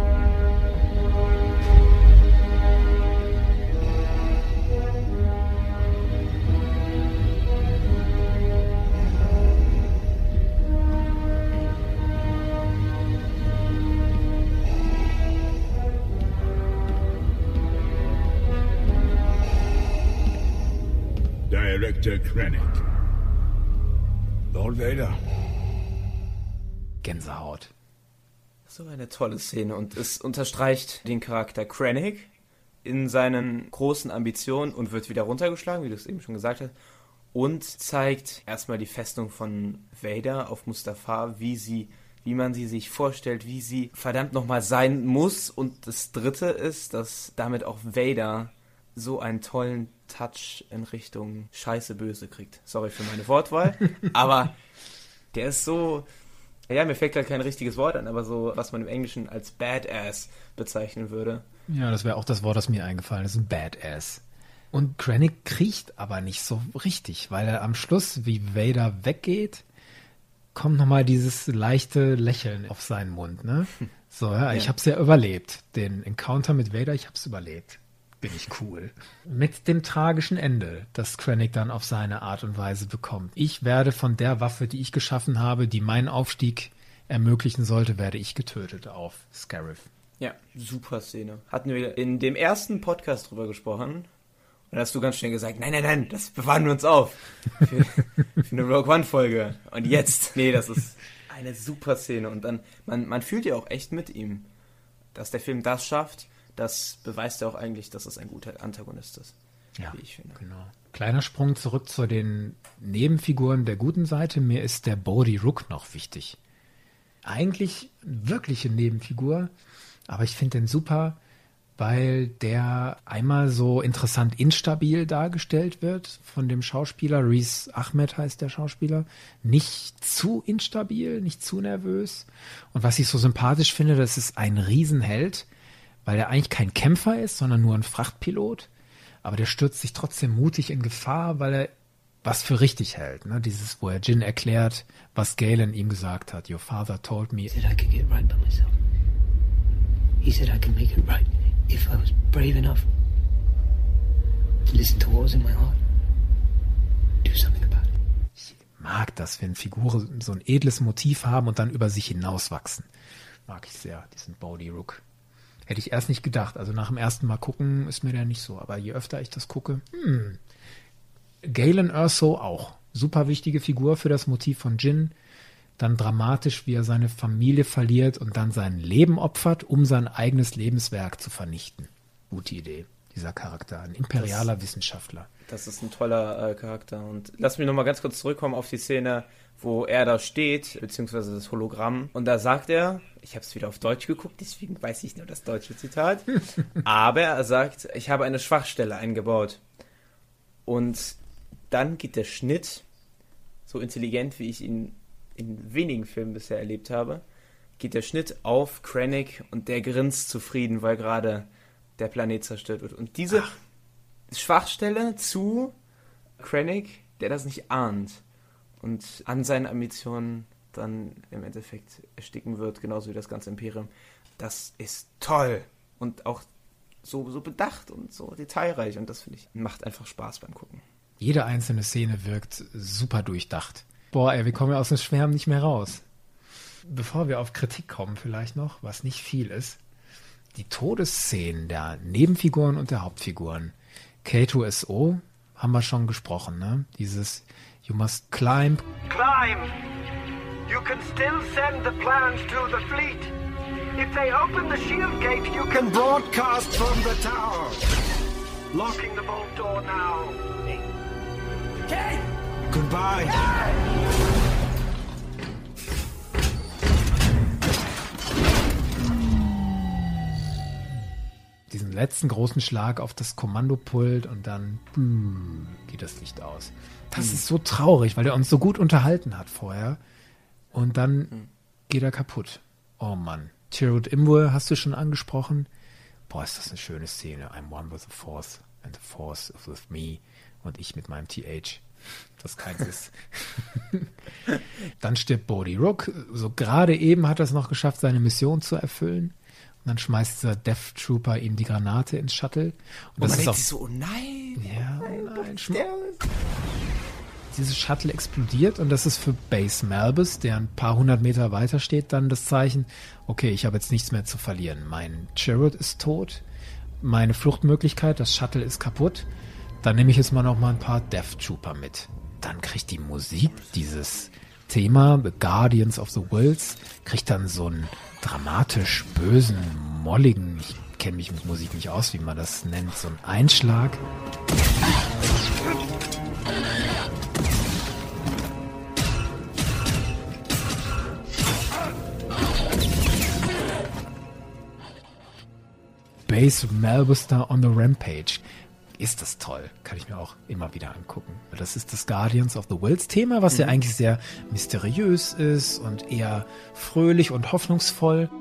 Director Krennic. Lord Vader. Gänsehaut. So eine tolle Szene und es unterstreicht den Charakter Krennic in seinen großen Ambitionen und wird wieder runtergeschlagen, wie du es eben schon gesagt hast, und zeigt erstmal die Festung von Vader auf Mustafar, wie sie, wie man sie sich vorstellt, wie sie verdammt nochmal sein muss. Und das Dritte ist, dass damit auch Vader so einen tollen Touch in Richtung Scheiße Böse kriegt. Sorry für meine Wortwahl, aber der ist so, ja, mir fällt gerade kein richtiges Wort an, aber so, was man im Englischen als Badass bezeichnen würde. Ja, das wäre auch das Wort, das mir eingefallen ist, ein Badass. Und Krennic kriecht aber nicht so richtig, weil er am Schluss, wie Vader weggeht, kommt nochmal dieses leichte Lächeln auf seinen Mund, ne? So, ja, ich ja. hab's ja überlebt. Den Encounter mit Vader, ich hab's überlebt. Bin ich cool. Mit dem tragischen Ende, das Krennic dann auf seine Art und Weise bekommt. Ich werde von der Waffe, die ich geschaffen habe, die meinen Aufstieg ermöglichen sollte, werde ich getötet auf Scarif. Ja, super Szene. Hatten wir in dem ersten Podcast drüber gesprochen. Und dann hast du ganz schnell gesagt, nein, nein, nein, das bewahren wir uns auf. Für, für eine Rogue One-Folge. Und jetzt, nee, das ist eine super Szene. Und dann, man, man fühlt ja auch echt mit ihm, dass der Film das schafft. Das beweist ja auch eigentlich, dass es ein guter Antagonist ist. Ja, wie ich finde. Genau. Kleiner Sprung zurück zu den Nebenfiguren der guten Seite. Mir ist der Bodhi Rook noch wichtig. Eigentlich wirkliche Nebenfigur, aber ich finde den super, weil der einmal so interessant instabil dargestellt wird von dem Schauspieler. Riz Ahmed heißt der Schauspieler. Nicht zu instabil, nicht zu nervös. Und was ich so sympathisch finde, das ist ein Riesenheld, weil er eigentlich kein Kämpfer ist, sondern nur ein Frachtpilot. Aber der stürzt sich trotzdem mutig in Gefahr, weil er was für richtig hält. Ne? Dieses, wo er Jyn erklärt, was Galen ihm gesagt hat. Your father told me. He said I could get right by myself. He said I could make it right if I was brave enough to listen to what was in my heart. Do something about it. Ich mag das, wenn Figuren so ein edles Motiv haben und dann über sich hinauswachsen. Mag ich sehr, diesen Bodhi Rook. Hätte ich erst nicht gedacht. Also nach dem ersten Mal gucken ist mir der nicht so. Aber je öfter ich das gucke, hm. Galen Erso auch. Super wichtige Figur für das Motiv von Jin. Dann dramatisch, wie er seine Familie verliert und dann sein Leben opfert, um sein eigenes Lebenswerk zu vernichten. Gute Idee, dieser Charakter. Ein imperialer das, Wissenschaftler. Das ist ein toller äh, Charakter. Und lass mich nochmal ganz kurz zurückkommen auf die Szene, wo er da steht, beziehungsweise das Hologramm. Und da sagt er, ich habe es wieder auf Deutsch geguckt, deswegen weiß ich nur das deutsche Zitat, aber er sagt, ich habe eine Schwachstelle eingebaut. Und dann geht der Schnitt, so intelligent, wie ich ihn in wenigen Filmen bisher erlebt habe, geht der Schnitt auf Krennic und der grinst zufrieden, weil gerade der Planet zerstört wird. Und diese Ach. Schwachstelle zu Krennic, der das nicht ahnt und an seinen Ambitionen dann im Endeffekt ersticken wird, genauso wie das ganze Imperium, das ist toll und auch so, so bedacht und so detailreich und das, finde ich, macht einfach Spaß beim Gucken. Jede einzelne Szene wirkt super durchdacht. Boah, ey, wir kommen ja aus dem Schwärmen nicht mehr raus. Bevor wir auf Kritik kommen vielleicht noch, was nicht viel ist, die Todesszenen der Nebenfiguren und der Hauptfiguren. K zwei S O haben wir schon gesprochen, ne? Dieses You must climb. Climb! You can still send the plans to the fleet. If they open the shield gate, you can broadcast from the tower. Locking the vault door now. Okay. Goodbye. Diesen letzten großen Schlag auf das Kommandopult und dann hm, geht das Licht aus. Das hm. ist so traurig, weil er uns so gut unterhalten hat vorher. Und dann hm. geht er kaputt. Oh Mann. Chirrut Imwe hast du schon angesprochen. Boah, ist das eine schöne Szene. I'm one with the Force and the Force is with me. Und ich mit meinem T H. Das keins ist. Dann stirbt Bodhi Rook. So gerade eben hat er es noch geschafft, seine Mission zu erfüllen. Und dann schmeißt dieser Death Trooper ihm die Granate ins Shuttle. Und das man ist denkt auch sich so, oh nein. Ja, nein, nein. Schm- Dieses Shuttle explodiert und das ist für Base Malbus, der ein paar hundert Meter weiter steht, dann das Zeichen, okay, ich habe jetzt nichts mehr zu verlieren. Mein Chirrut ist tot, meine Fluchtmöglichkeit, das Shuttle ist kaputt. Dann nehme ich jetzt mal noch mal ein paar Death Trooper mit. Dann kriegt die Musik dieses Thema, The Guardians of the Wills, kriegt dann so einen dramatisch bösen, molligen, ich kenne mich mit Musik nicht aus, wie man das nennt, so einen Einschlag. Base Malbus da on the Rampage. Ist das toll. Kann ich mir auch immer wieder angucken. Das ist das Guardians of the Wills Thema, was mhm. ja eigentlich sehr mysteriös ist und eher fröhlich und hoffnungsvoll.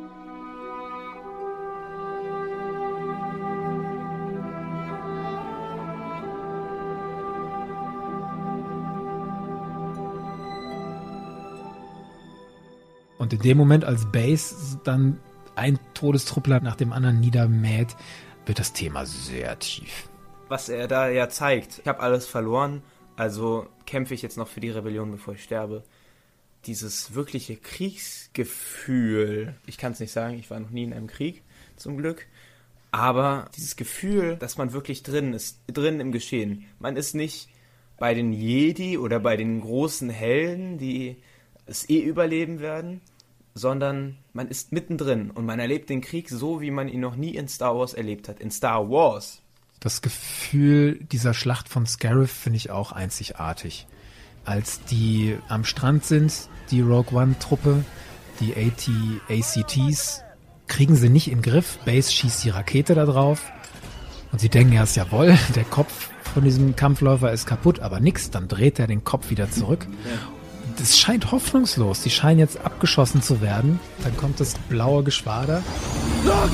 Und in dem Moment, als Base dann ein Todestruppler nach dem anderen niedermäht, wird das Thema sehr tief. Was er da ja zeigt, ich habe alles verloren, also kämpfe ich jetzt noch für die Rebellion, bevor ich sterbe. Dieses wirkliche Kriegsgefühl, ich kann es nicht sagen, ich war noch nie in einem Krieg, zum Glück, aber dieses Gefühl, dass man wirklich drin ist, drin im Geschehen. Man ist nicht bei den Jedi oder bei den großen Helden, die es eh überleben werden, sondern man ist mittendrin und man erlebt den Krieg so, wie man ihn noch nie in Star Wars erlebt hat. In Star Wars. Das Gefühl dieser Schlacht von Scarif finde ich auch einzigartig. Als die am Strand sind, die Rogue One-Truppe, die A C Ts, kriegen sie nicht in den Griff. Base schießt die Rakete da drauf und sie denken erst, jawohl, der Kopf von diesem Kampfläufer ist kaputt, aber nix, dann dreht er den Kopf wieder zurück. Das scheint hoffnungslos. Die scheinen jetzt abgeschossen zu werden. Dann kommt das blaue Geschwader. Look!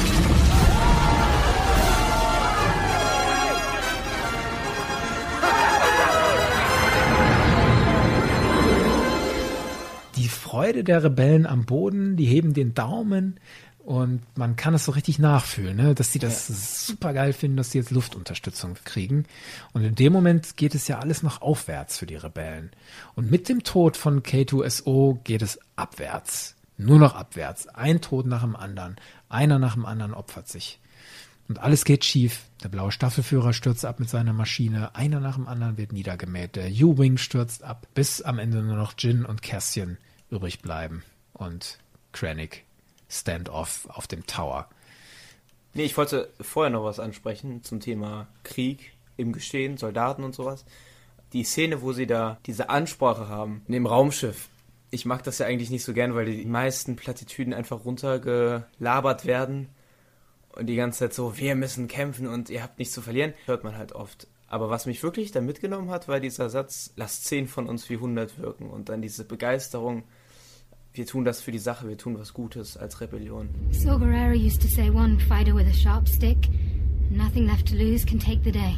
Die Freude der Rebellen am Boden, die heben den Daumen Und man kann es so richtig nachfühlen, ne? Dass die das ja. super geil finden, dass sie jetzt Luftunterstützung kriegen. Und in dem Moment geht es ja alles noch aufwärts für die Rebellen. Und mit dem Tod von K zwei S O geht es abwärts. Nur noch abwärts. Ein Tod nach dem anderen. Einer nach dem anderen opfert sich. Und alles geht schief. Der blaue Staffelführer stürzt ab mit seiner Maschine. Einer nach dem anderen wird niedergemäht. Der U-Wing stürzt ab, bis am Ende nur noch Jyn und Cassian übrig bleiben. Und Krennic Standoff auf dem Tower. Nee, ich wollte vorher noch was ansprechen zum Thema Krieg im Geschehen, Soldaten und sowas. Die Szene, wo sie da diese Ansprache haben, in dem Raumschiff. Ich mag das ja eigentlich nicht so gern, weil die meisten Plattitüden einfach runtergelabert werden und die ganze Zeit so, wir müssen kämpfen und ihr habt nichts zu verlieren, hört man halt oft. Aber was mich wirklich da mitgenommen hat, war dieser Satz, lasst zehn von uns wie hundert wirken und dann diese Begeisterung, wir tun das für die Sache, wir tun was Gutes als Rebellion. Saw Gerrera used to say one fighter with a sharp stick, nothing left to lose can take the day.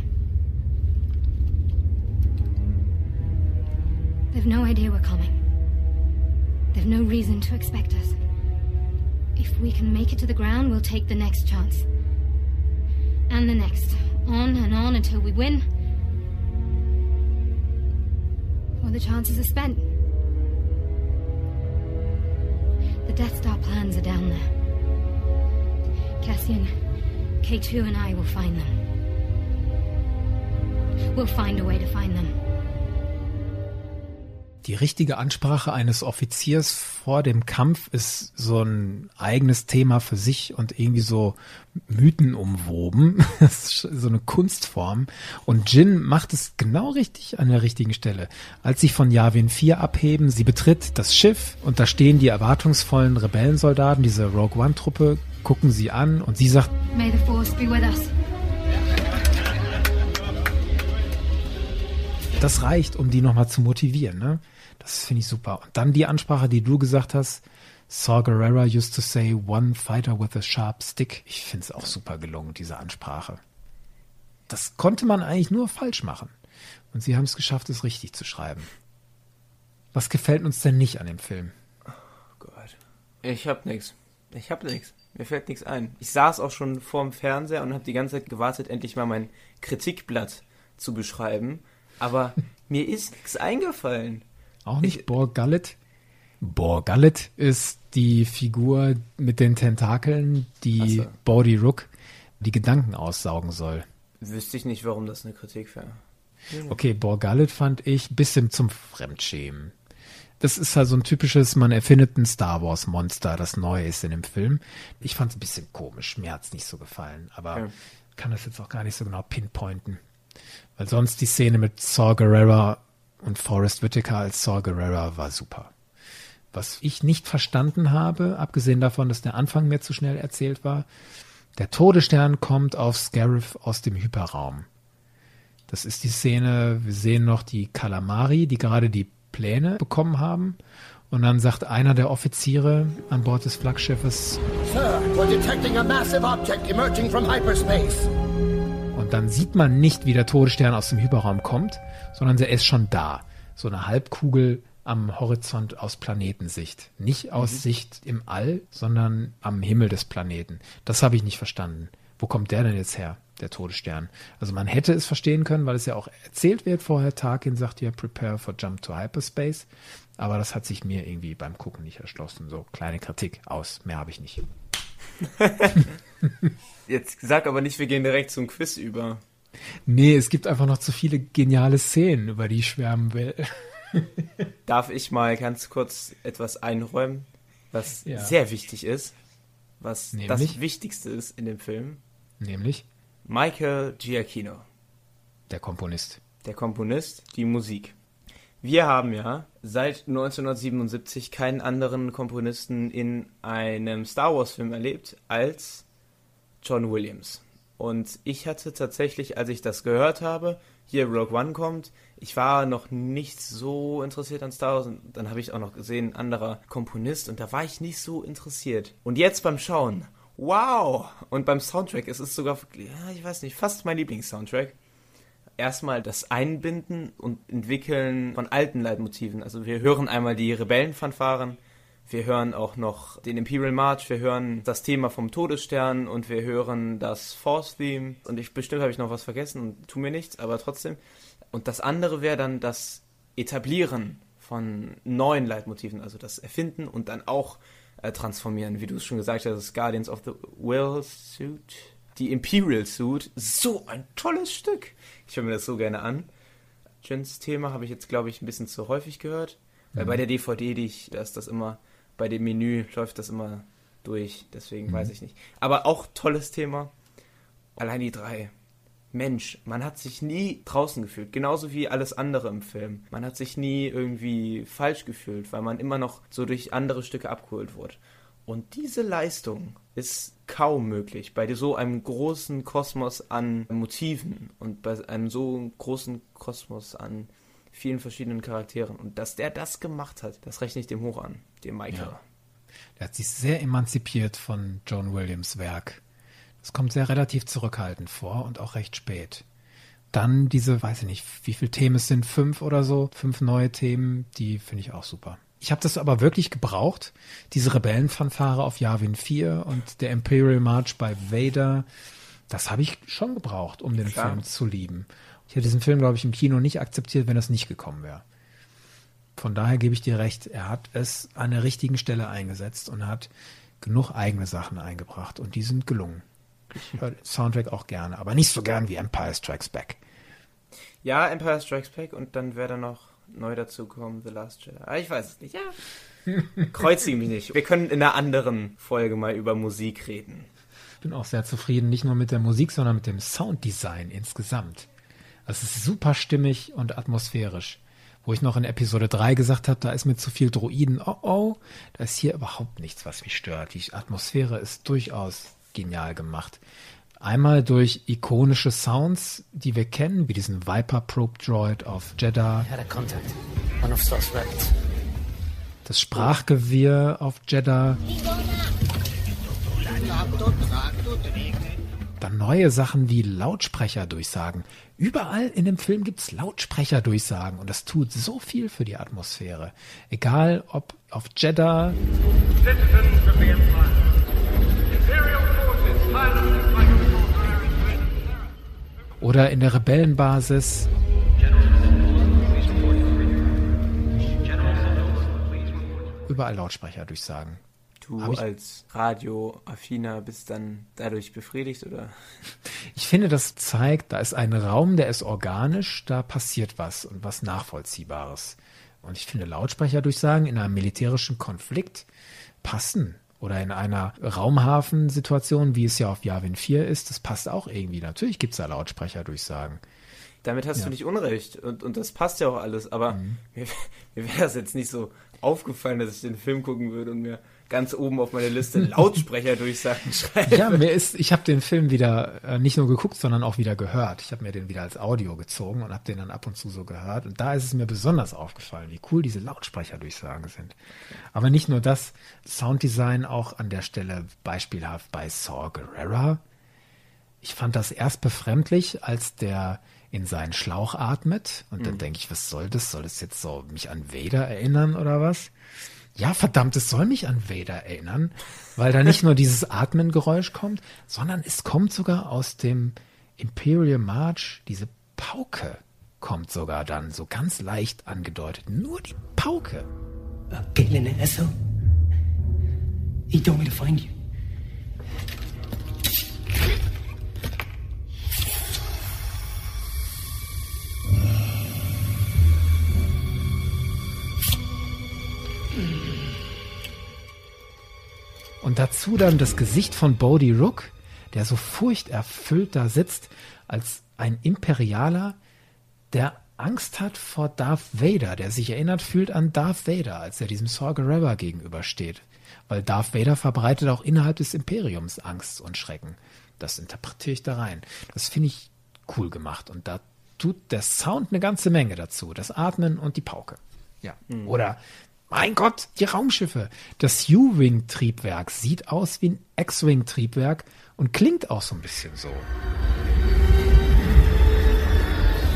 They've no idea we're coming. They've no reason to expect us. If we can make it to the ground, we'll take the next chance. And the next. On and on until we win. Or the chances are spent. The Death Star plans are down there. Cassian, K two and I will find them. We'll find a way to find them. Die richtige Ansprache eines Offiziers vor dem Kampf ist so ein eigenes Thema für sich und irgendwie so mythenumwoben. Das ist so eine Kunstform. Und Jyn macht es genau richtig an der richtigen Stelle. Als sie von Yavin vier abheben, sie betritt das Schiff und da stehen die erwartungsvollen Rebellensoldaten, diese Rogue One-Truppe, gucken sie an und sie sagt, May the Force be with us. Das reicht, um die nochmal zu motivieren, ne? Das finde ich super. Und dann die Ansprache, die du gesagt hast, Saw Gerrera used to say, one fighter with a sharp stick. Ich finde es auch super gelungen, diese Ansprache. Das konnte man eigentlich nur falsch machen. Und sie haben es geschafft, es richtig zu schreiben. Was gefällt uns denn nicht an dem Film? Oh Gott. Ich hab nix. Ich hab nix. Mir fällt nichts ein. Ich saß auch schon vorm Fernseher und habe die ganze Zeit gewartet, endlich mal mein Kritikblatt zu beschreiben. Aber mir ist nichts eingefallen. Auch nicht ich, Bor Gullet? Bor Gullet ist die Figur mit den Tentakeln, die so. Bodhi Rook die Gedanken aussaugen soll. Wüsste ich nicht, warum das eine Kritik wäre. Okay, Bor Gullet fand ich ein bisschen zum Fremdschämen. Das ist halt so ein typisches, man erfindet ein Star Wars Monster, das neu ist in dem Film. Ich fand es ein bisschen komisch, mir hat es nicht so gefallen, aber ja. kann das jetzt auch gar nicht so genau pinpointen. Weil sonst die Szene mit Saw Gerrera und Forrest Whitaker als Saw Gerrera war super. Was ich nicht verstanden habe, abgesehen davon, dass der Anfang mir zu schnell erzählt war, der Todesstern kommt auf Scarif aus dem Hyperraum. Das ist die Szene, wir sehen noch die Calamari, die gerade die Pläne bekommen haben. Und dann sagt einer der Offiziere an Bord des Flaggschiffes, Sir, we're detecting a massive object emerging from hyperspace. Und dann sieht man nicht, wie der Todesstern aus dem Hyperraum kommt, sondern der ist schon da. So eine Halbkugel am Horizont aus Planetensicht. Nicht aus mhm. Sicht im All, sondern am Himmel des Planeten. Das habe ich nicht verstanden. Wo kommt der denn jetzt her, der Todesstern? Also man hätte es verstehen können, weil es ja auch erzählt wird vorher. Tarkin sagt ja, prepare for jump to hyperspace. Aber das hat sich mir irgendwie beim Gucken nicht erschlossen. So, kleine Kritik aus. Mehr habe ich nicht. Jetzt sag aber nicht, wir gehen direkt zum Quiz über. Nee, es gibt einfach noch zu viele geniale Szenen, über die ich schwärmen will. Darf ich mal ganz kurz etwas einräumen, was ja. sehr wichtig ist, was Nämlich? das Wichtigste ist in dem Film? Nämlich? Michael Giacchino. Der Komponist. Der Komponist, die Musik. Wir haben ja seit neunzehnhundertsiebenundsiebzig keinen anderen Komponisten in einem Star Wars Film erlebt als John Williams. Und ich hatte tatsächlich, als ich das gehört habe, hier Rogue One kommt, ich war noch nicht so interessiert an Star Wars. Und dann habe ich auch noch gesehen, ein anderer Komponist, und da war ich nicht so interessiert. Und jetzt beim Schauen, wow! Und beim Soundtrack, es ist sogar, ja, ich weiß nicht, fast mein Lieblingssoundtrack. Erstmal das Einbinden und Entwickeln von alten Leitmotiven. Also wir hören einmal die Rebellenfanfaren Wir hören auch noch den Imperial March, wir hören das Thema vom Todesstern und wir hören das Force-Theme. Und ich bestimmt habe ich noch was vergessen und tu mir nichts, aber trotzdem. Und das andere wäre dann das Etablieren von neuen Leitmotiven, also das Erfinden und dann auch äh, transformieren. Wie du es schon gesagt hast, das Guardians of the Will Suit, die Imperial Suit, so ein tolles Stück. Ich höre mir das so gerne an. Jens Thema habe ich jetzt, glaube ich, ein bisschen zu häufig gehört. Weil mhm. bei der D V D, die ich, da ist das immer, bei dem Menü läuft das immer durch, deswegen mhm. weiß ich nicht. Aber auch tolles Thema. Allein die drei. Mensch, man hat sich nie draußen gefühlt, genauso wie alles andere im Film. Man hat sich nie irgendwie falsch gefühlt, weil man immer noch so durch andere Stücke abgeholt wurde. Und diese Leistung ist kaum möglich bei so einem großen Kosmos an Motiven und bei einem so großen Kosmos an vielen verschiedenen Charakteren. Und dass der das gemacht hat, das rechne ich dem hoch an, dem Michael. Ja. Der hat sich sehr emanzipiert von John Williams' Werk. Das kommt sehr relativ zurückhaltend vor und auch recht spät. Dann diese, weiß ich nicht, wie viele Themen es sind, fünf oder so, fünf neue Themen, die finde ich auch super. Ich habe das aber wirklich gebraucht, diese Rebellenfanfare auf Yavin vier und der Imperial March bei Vader, das habe ich schon gebraucht, um den Klar. Film zu lieben. Ich hätte diesen Film, glaube ich, im Kino nicht akzeptiert, wenn das nicht gekommen wäre. Von daher gebe ich dir recht, er hat es an der richtigen Stelle eingesetzt und hat genug eigene Sachen eingebracht und die sind gelungen. Ich höre den Soundtrack auch gerne, aber nicht so gern wie Empire Strikes Back. Ja, Empire Strikes Back und dann wäre da noch neu dazu gekommen, The Last Jedi. Aber ich weiß es nicht, ja. Kreuzige mich nicht. Wir können in einer anderen Folge mal über Musik reden. Ich bin auch sehr zufrieden, nicht nur mit der Musik, sondern mit dem Sounddesign insgesamt. Es ist super stimmig und atmosphärisch. Wo ich noch in Episode drei gesagt habe, da ist mir zu viel Droiden. Oh oh, da ist hier überhaupt nichts, was mich stört. Die Atmosphäre ist durchaus genial gemacht. Einmal durch ikonische Sounds, die wir kennen, wie diesen Viper Probe Droid auf Jeddah. Das Sprachgewirr auf Jeddah. Dann neue Sachen wie Lautsprecherdurchsagen. Überall in dem Film gibt es Lautsprecherdurchsagen und das tut so viel für die Atmosphäre. Egal ob auf Jeddah oder in der Rebellenbasis. Überall Lautsprecherdurchsagen. Du als Radioaffiner bist dann dadurch befriedigt, oder? Ich finde, das zeigt, da ist ein Raum, der ist organisch, da passiert was und was Nachvollziehbares. Und ich finde, Lautsprecherdurchsagen in einem militärischen Konflikt passen. Oder in einer Raumhafensituation, wie es ja auf Yavin vier ist, das passt auch irgendwie. Natürlich gibt es da Lautsprecherdurchsagen. Damit hast ja. du nicht Unrecht und, und das passt ja auch alles, aber mhm. mir, mir wäre das jetzt nicht so aufgefallen, dass ich den Film gucken würde und mir ganz oben auf meine Liste Lautsprecherdurchsagen schreibe. Ja, mir ist, ich habe den Film wieder äh, nicht nur geguckt, sondern auch wieder gehört. Ich habe mir den wieder als Audio gezogen und habe den dann ab und zu so gehört. Und da ist es mir besonders aufgefallen, wie cool diese Lautsprecherdurchsagen sind. Aber nicht nur das, Sounddesign auch an der Stelle beispielhaft bei Saw Gerrera. Ich fand das erst befremdlich, als der in seinen Schlauch atmet. Und dann mhm. denke ich, was soll das? Soll das jetzt so mich an Vader erinnern oder was? Ja, verdammt, es soll mich an Vader erinnern, weil da nicht nur dieses Atmengeräusch kommt, sondern es kommt sogar aus dem Imperial March, diese Pauke kommt sogar dann so ganz leicht angedeutet. Nur die Pauke. Uh, Galen Esso. He told me to find you. Und dazu dann das Gesicht von Bodhi Rook, der so furchterfüllt da sitzt, als ein Imperialer, der Angst hat vor Darth Vader, der sich erinnert fühlt an Darth Vader, als er diesem Saw Gerrera gegenübersteht. Weil Darth Vader verbreitet auch innerhalb des Imperiums Angst und Schrecken. Das interpretiere ich da rein. Das finde ich cool gemacht. Und da tut der Sound eine ganze Menge dazu. Das Atmen und die Pauke. Ja. Mhm. Oder mein Gott, die Raumschiffe. Das U-Wing-Triebwerk sieht aus wie ein X-Wing-Triebwerk und klingt auch so ein bisschen so.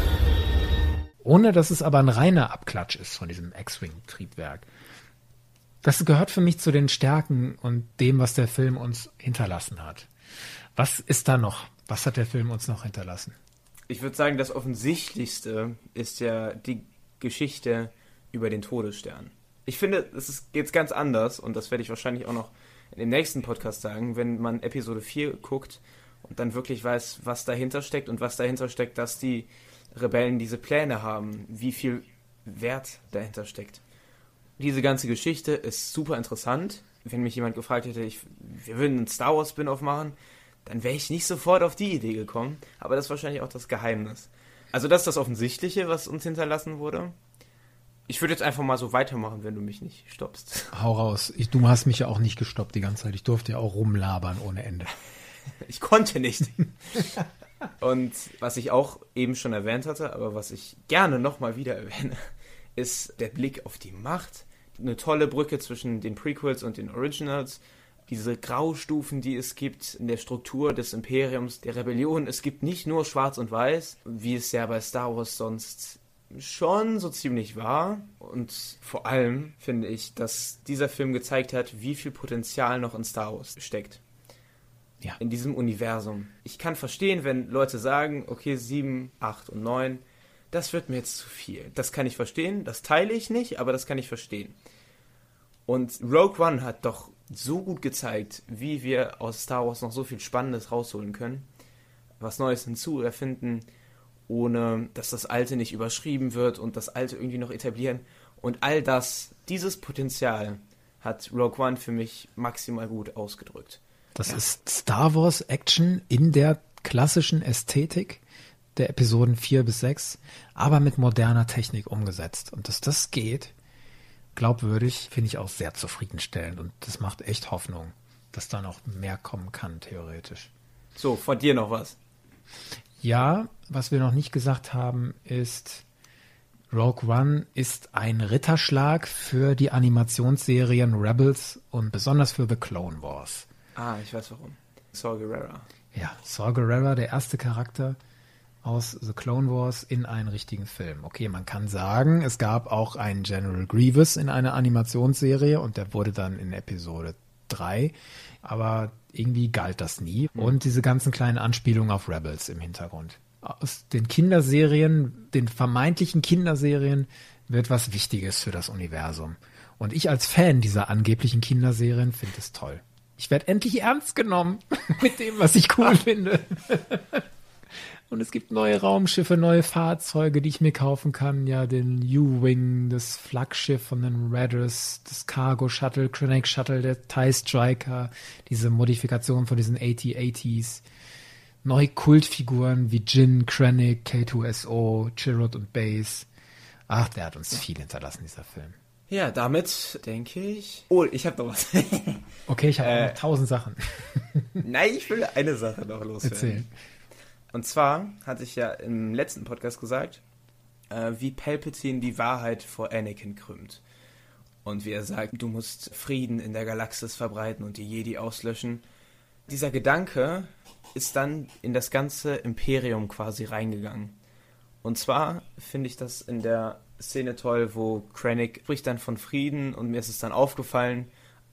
Ohne, dass es aber ein reiner Abklatsch ist von diesem X-Wing-Triebwerk. Das gehört für mich zu den Stärken und dem, was der Film uns hinterlassen hat. Was ist da noch? Was hat der Film uns noch hinterlassen? Ich würde sagen, das Offensichtlichste ist ja die Geschichte über den Todesstern. Ich finde, es ist jetzt ganz anders und das werde ich wahrscheinlich auch noch in dem nächsten Podcast sagen, wenn man Episode vier guckt und dann wirklich weiß, was dahinter steckt und was dahinter steckt, dass die Rebellen diese Pläne haben, wie viel Wert dahinter steckt. Diese ganze Geschichte ist super interessant. Wenn mich jemand gefragt hätte, ich, wir würden einen Star Wars Spin-off machen, dann wäre ich nicht sofort auf die Idee gekommen. Aber das ist wahrscheinlich auch das Geheimnis. Also das ist das Offensichtliche, was uns hinterlassen wurde. Ich würde jetzt einfach mal so weitermachen, wenn du mich nicht stoppst. Hau raus. Ich, du hast mich ja auch nicht gestoppt die ganze Zeit. Ich durfte ja auch rumlabern ohne Ende. Ich konnte nicht. Und was ich auch eben schon erwähnt hatte, aber was ich gerne nochmal wieder erwähne, ist der Blick auf die Macht. Eine tolle Brücke zwischen den Prequels und den Originals. Diese Graustufen, die es gibt in der Struktur des Imperiums, der Rebellion. Es gibt nicht nur Schwarz und Weiß, wie es ja bei Star Wars sonst schon so ziemlich war. Und vor allem finde ich, dass dieser Film gezeigt hat, wie viel Potenzial noch in Star Wars steckt. Ja. In diesem Universum. Ich kann verstehen, wenn Leute sagen, okay, sieben, acht und neun, das wird mir jetzt zu viel. Das kann ich verstehen, das teile ich nicht, aber das kann ich verstehen. Und Rogue One hat doch so gut gezeigt, wie wir aus Star Wars noch so viel Spannendes rausholen können, was Neues hinzu erfinden, ohne dass das Alte nicht überschrieben wird und das Alte irgendwie noch etablieren. Und all das, dieses Potenzial hat Rogue One für mich maximal gut ausgedrückt. Das ja. ist Star Wars Action in der klassischen Ästhetik der Episoden vier bis sechs, aber mit moderner Technik umgesetzt. Und dass das geht, glaubwürdig, finde ich auch sehr zufriedenstellend. Und das macht echt Hoffnung, dass da noch mehr kommen kann, theoretisch. So, von dir noch was? Ja, was wir noch nicht gesagt haben, ist, Rogue One ist ein Ritterschlag für die Animationsserien Rebels und besonders für The Clone Wars. Ah, ich weiß warum. Saw Gerrera. Ja, Saw Gerrera, der erste Charakter aus The Clone Wars in einen richtigen Film. Okay, man kann sagen, es gab auch einen General Grievous in einer Animationsserie und der wurde dann in Episode drei, aber irgendwie galt das nie. Mhm. Und diese ganzen kleinen Anspielungen auf Rebels im Hintergrund. Aus den Kinderserien, den vermeintlichen Kinderserien, wird was Wichtiges für das Universum. Und ich als Fan dieser angeblichen Kinderserien finde es toll. Ich werde endlich ernst genommen mit dem, was ich cool finde. Und es gibt neue Raumschiffe, neue Fahrzeuge, die ich mir kaufen kann. Ja, den U-Wing, das Flaggschiff von den Raiders, das Cargo-Shuttle, Krennic Shuttle, der TIE Striker, diese Modifikation von diesen A T A Ts. Neue Kultfiguren wie Jyn, Krennic, K zwei S O, Chirrut und Baze. Ach, der hat uns viel hinterlassen, dieser Film. Ja, damit denke ich... Oh, ich habe noch was. Okay, ich habe äh, noch tausend Sachen. Nein, ich will eine Sache noch loswerden. Erzähl. Und zwar hatte ich ja im letzten Podcast gesagt, äh, wie Palpatine die Wahrheit vor Anakin krümmt. Und wie er sagt, du musst Frieden in der Galaxis verbreiten und die Jedi auslöschen. Dieser Gedanke ist dann in das ganze Imperium quasi reingegangen. Und zwar finde ich das in der Szene toll, wo Krennic spricht dann von Frieden und mir ist es dann aufgefallen,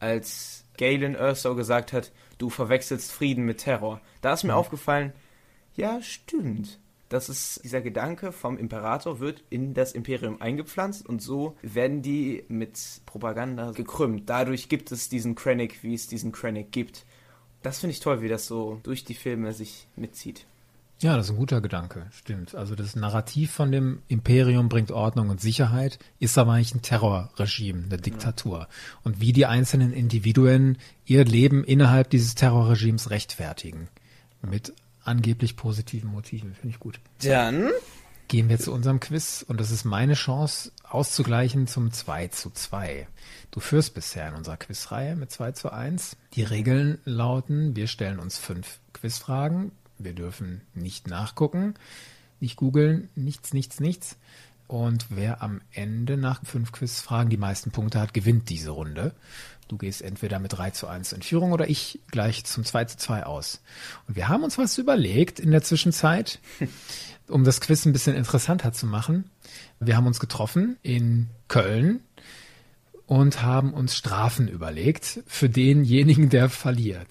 als Galen Erso gesagt hat, du verwechselst Frieden mit Terror. Da ist mir mhm. aufgefallen, ja, stimmt. Das ist dieser Gedanke vom Imperator wird in das Imperium eingepflanzt und so werden die mit Propaganda gekrümmt. Dadurch gibt es diesen Krennic, wie es diesen Krennic gibt. Das finde ich toll, wie das so durch die Filme sich mitzieht. Ja, das ist ein guter Gedanke, stimmt. Also das Narrativ von dem Imperium bringt Ordnung und Sicherheit, ist aber eigentlich ein Terrorregime, eine Diktatur. Ja. Und wie die einzelnen Individuen ihr Leben innerhalb dieses Terrorregimes rechtfertigen. Mit angeblich positiven Motiven, finde ich gut. Dann gehen wir zu unserem Quiz und das ist meine Chance auszugleichen zum zwei zu zwei. Du führst bisher in unserer Quizreihe mit zwei zu eins. Die Regeln lauten, wir stellen uns fünf Quizfragen. Wir dürfen nicht nachgucken, nicht googeln, nichts, nichts, nichts. Und wer am Ende nach fünf Quizfragen die meisten Punkte hat, gewinnt diese Runde. Du gehst entweder mit drei zu eins in Führung oder ich gleich zum zwei zu zwei aus. Und wir haben uns was überlegt in der Zwischenzeit, um das Quiz ein bisschen interessanter zu machen. Wir haben uns getroffen in Köln und haben uns Strafen überlegt für denjenigen, der verliert.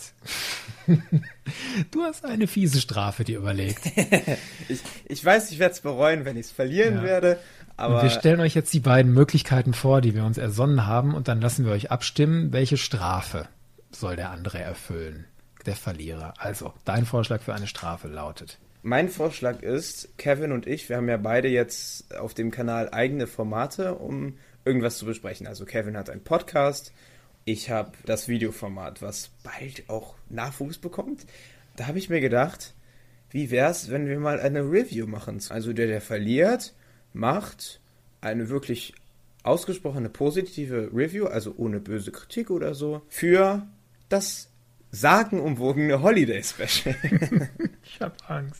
Du hast eine fiese Strafe dir überlegt. ich, ich weiß, ich werde es bereuen, wenn ich es verlieren ja. werde. Aber und wir stellen euch jetzt die beiden Möglichkeiten vor, die wir uns ersonnen haben, und dann lassen wir euch abstimmen, welche Strafe soll der andere erfüllen, der Verlierer. Also, dein Vorschlag für eine Strafe lautet: Mein Vorschlag ist, Kevin und ich, wir haben ja beide jetzt auf dem Kanal eigene Formate, um irgendwas zu besprechen. Also Kevin hat einen Podcast, ich habe das Videoformat, was bald auch Nachwuchs bekommt. Da habe ich mir gedacht, wie wär's, wenn wir mal eine Review machen? Also der, der verliert, macht eine wirklich ausgesprochene positive Review, also ohne böse Kritik oder so, für das sagenumwogene Holiday Special. Ich hab Angst.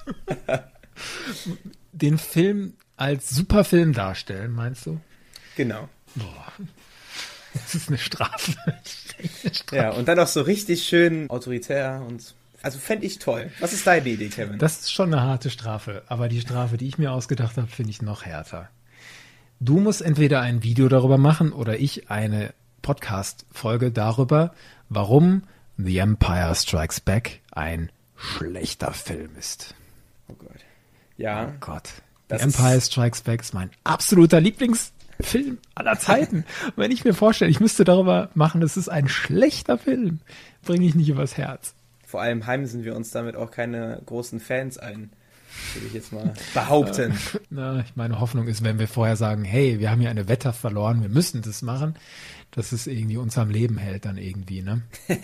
Den Film als Superfilm darstellen, meinst du? Genau. Boah. Das ist eine Strafe. eine Strafe. Ja, und dann auch so richtig schön autoritär und also fände ich toll. Was ist deine Idee, Kevin? Das ist schon eine harte Strafe, aber die Strafe, die ich mir ausgedacht habe, finde ich noch härter. Du musst entweder ein Video darüber machen oder ich eine Podcast-Folge darüber, warum The Empire Strikes Back ein schlechter Film ist. Oh Gott. Ja. Oh Gott. The Empire Strikes Back ist mein absoluter Lieblingsfilm aller Zeiten. Wenn ich mir vorstelle, ich müsste darüber machen, es ist ein schlechter Film, bringe ich nicht übers Herz. Vor allem heimsen wir uns damit auch keine großen Fans ein, würde ich jetzt mal behaupten. Äh, na, meine Hoffnung ist, wenn wir vorher sagen, hey, wir haben hier eine Wette verloren, wir müssen das machen, dass es irgendwie uns am Leben hält dann irgendwie, ne?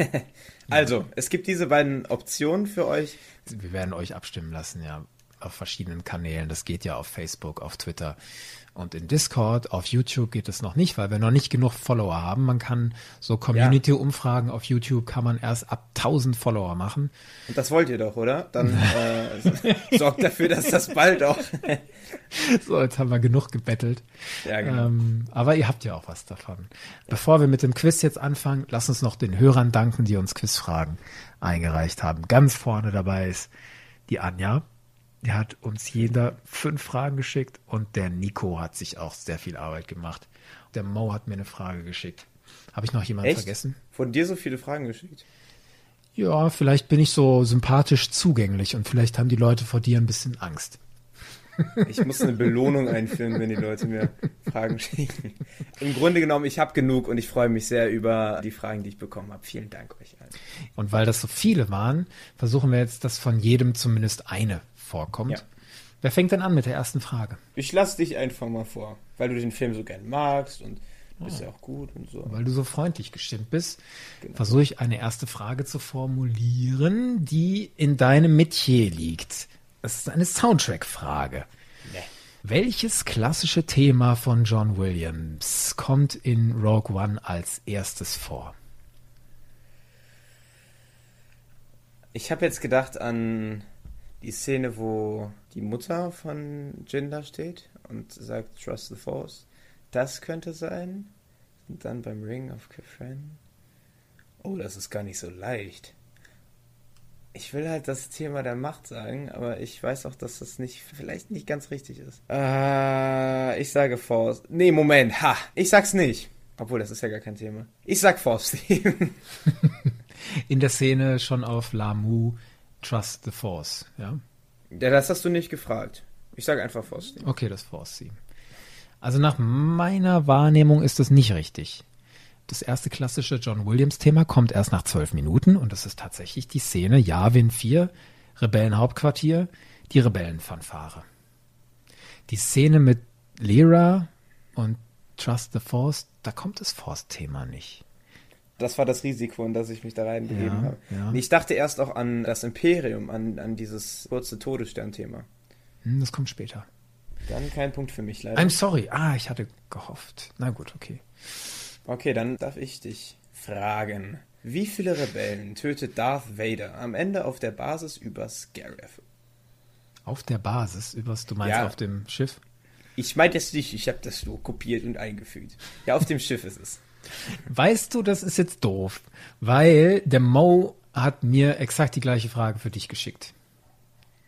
Also, es gibt diese beiden Optionen für euch. Wir werden euch abstimmen lassen, ja, auf verschiedenen Kanälen. Das geht ja auf Facebook, auf Twitter und in Discord. Auf YouTube geht es noch nicht, weil wir noch nicht genug Follower haben. Man kann so Community-Umfragen auf YouTube kann man erst ab tausend Follower machen. Und das wollt ihr doch, oder? Dann äh, sorgt dafür, dass das bald auch... So, jetzt haben wir genug gebettelt. Ja, genau. Ähm, aber ihr habt ja auch was davon. Bevor wir mit dem Quiz jetzt anfangen, lasst uns noch den Hörern danken, die uns Quizfragen eingereicht haben. Ganz vorne dabei ist die Anja. Die hat uns jeder fünf Fragen geschickt und der Nico hat sich auch sehr viel Arbeit gemacht. Der Mo hat mir eine Frage geschickt. Habe ich noch jemanden Echt? vergessen? Von dir so viele Fragen geschickt? Ja, vielleicht bin ich so sympathisch zugänglich und vielleicht haben die Leute vor dir ein bisschen Angst. Ich muss eine Belohnung einführen, wenn die Leute mir Fragen schicken. Im Grunde genommen, ich habe genug und ich freue mich sehr über die Fragen, die ich bekommen habe. Vielen Dank euch allen. Und weil das so viele waren, versuchen wir jetzt, dass von jedem zumindest eine vorkommt. Ja. Wer fängt denn an mit der ersten Frage? Ich lasse dich einfach mal vor, weil du den Film so gern magst und du bist oh. ja auch gut und so. Weil du so freundlich gestimmt bist, genau. Versuche ich eine erste Frage zu formulieren, die in deinem Metier liegt. Das ist eine Soundtrack-Frage. Nee. Welches klassische Thema von John Williams kommt in Rogue One als erstes vor? Ich habe jetzt gedacht an die Szene, wo die Mutter von Jyn da steht und sagt, Trust the Force. Das könnte sein. Und dann beim Ring of Kefren. Oh, das ist gar nicht so leicht. Ich will halt das Thema der Macht sagen, aber ich weiß auch, dass das nicht, vielleicht nicht ganz richtig ist. Äh, ich sage Force. Nee, Moment, ha, ich sag's nicht. Obwohl, das ist ja gar kein Thema. Ich sag Force Theme. In der Szene schon auf Lamu, Trust the Force, ja? Ja, das hast du nicht gefragt. Ich sage einfach Force Theme. Okay, das Force Theme. Also nach meiner Wahrnehmung ist das nicht richtig. Das erste klassische John Williams-Thema kommt erst nach zwölf Minuten und das ist tatsächlich die Szene Yavin vier, Rebellenhauptquartier, die Rebellenfanfare. Die Szene mit Lyra und Trust the Force, da kommt das Force-Thema nicht. Das war das Risiko, in das ich mich da reinbegeben ja, habe. Ja. Ich dachte erst auch an das Imperium, an, an dieses kurze Todesstern-Thema. Hm, das kommt später. Dann kein Punkt für mich, leider. I'm sorry. Ah, ich hatte gehofft. Na gut, okay. Okay, dann darf ich dich fragen. Wie viele Rebellen tötet Darth Vader am Ende auf der Basis über Scarif? Auf der Basis? Übers, du meinst ja. auf dem Schiff? Ich meinte das nicht, ich habe das nur kopiert und eingefügt. Ja, auf dem Schiff ist es. Weißt du, das ist jetzt doof, weil der Mo hat mir exakt die gleiche Frage für dich geschickt.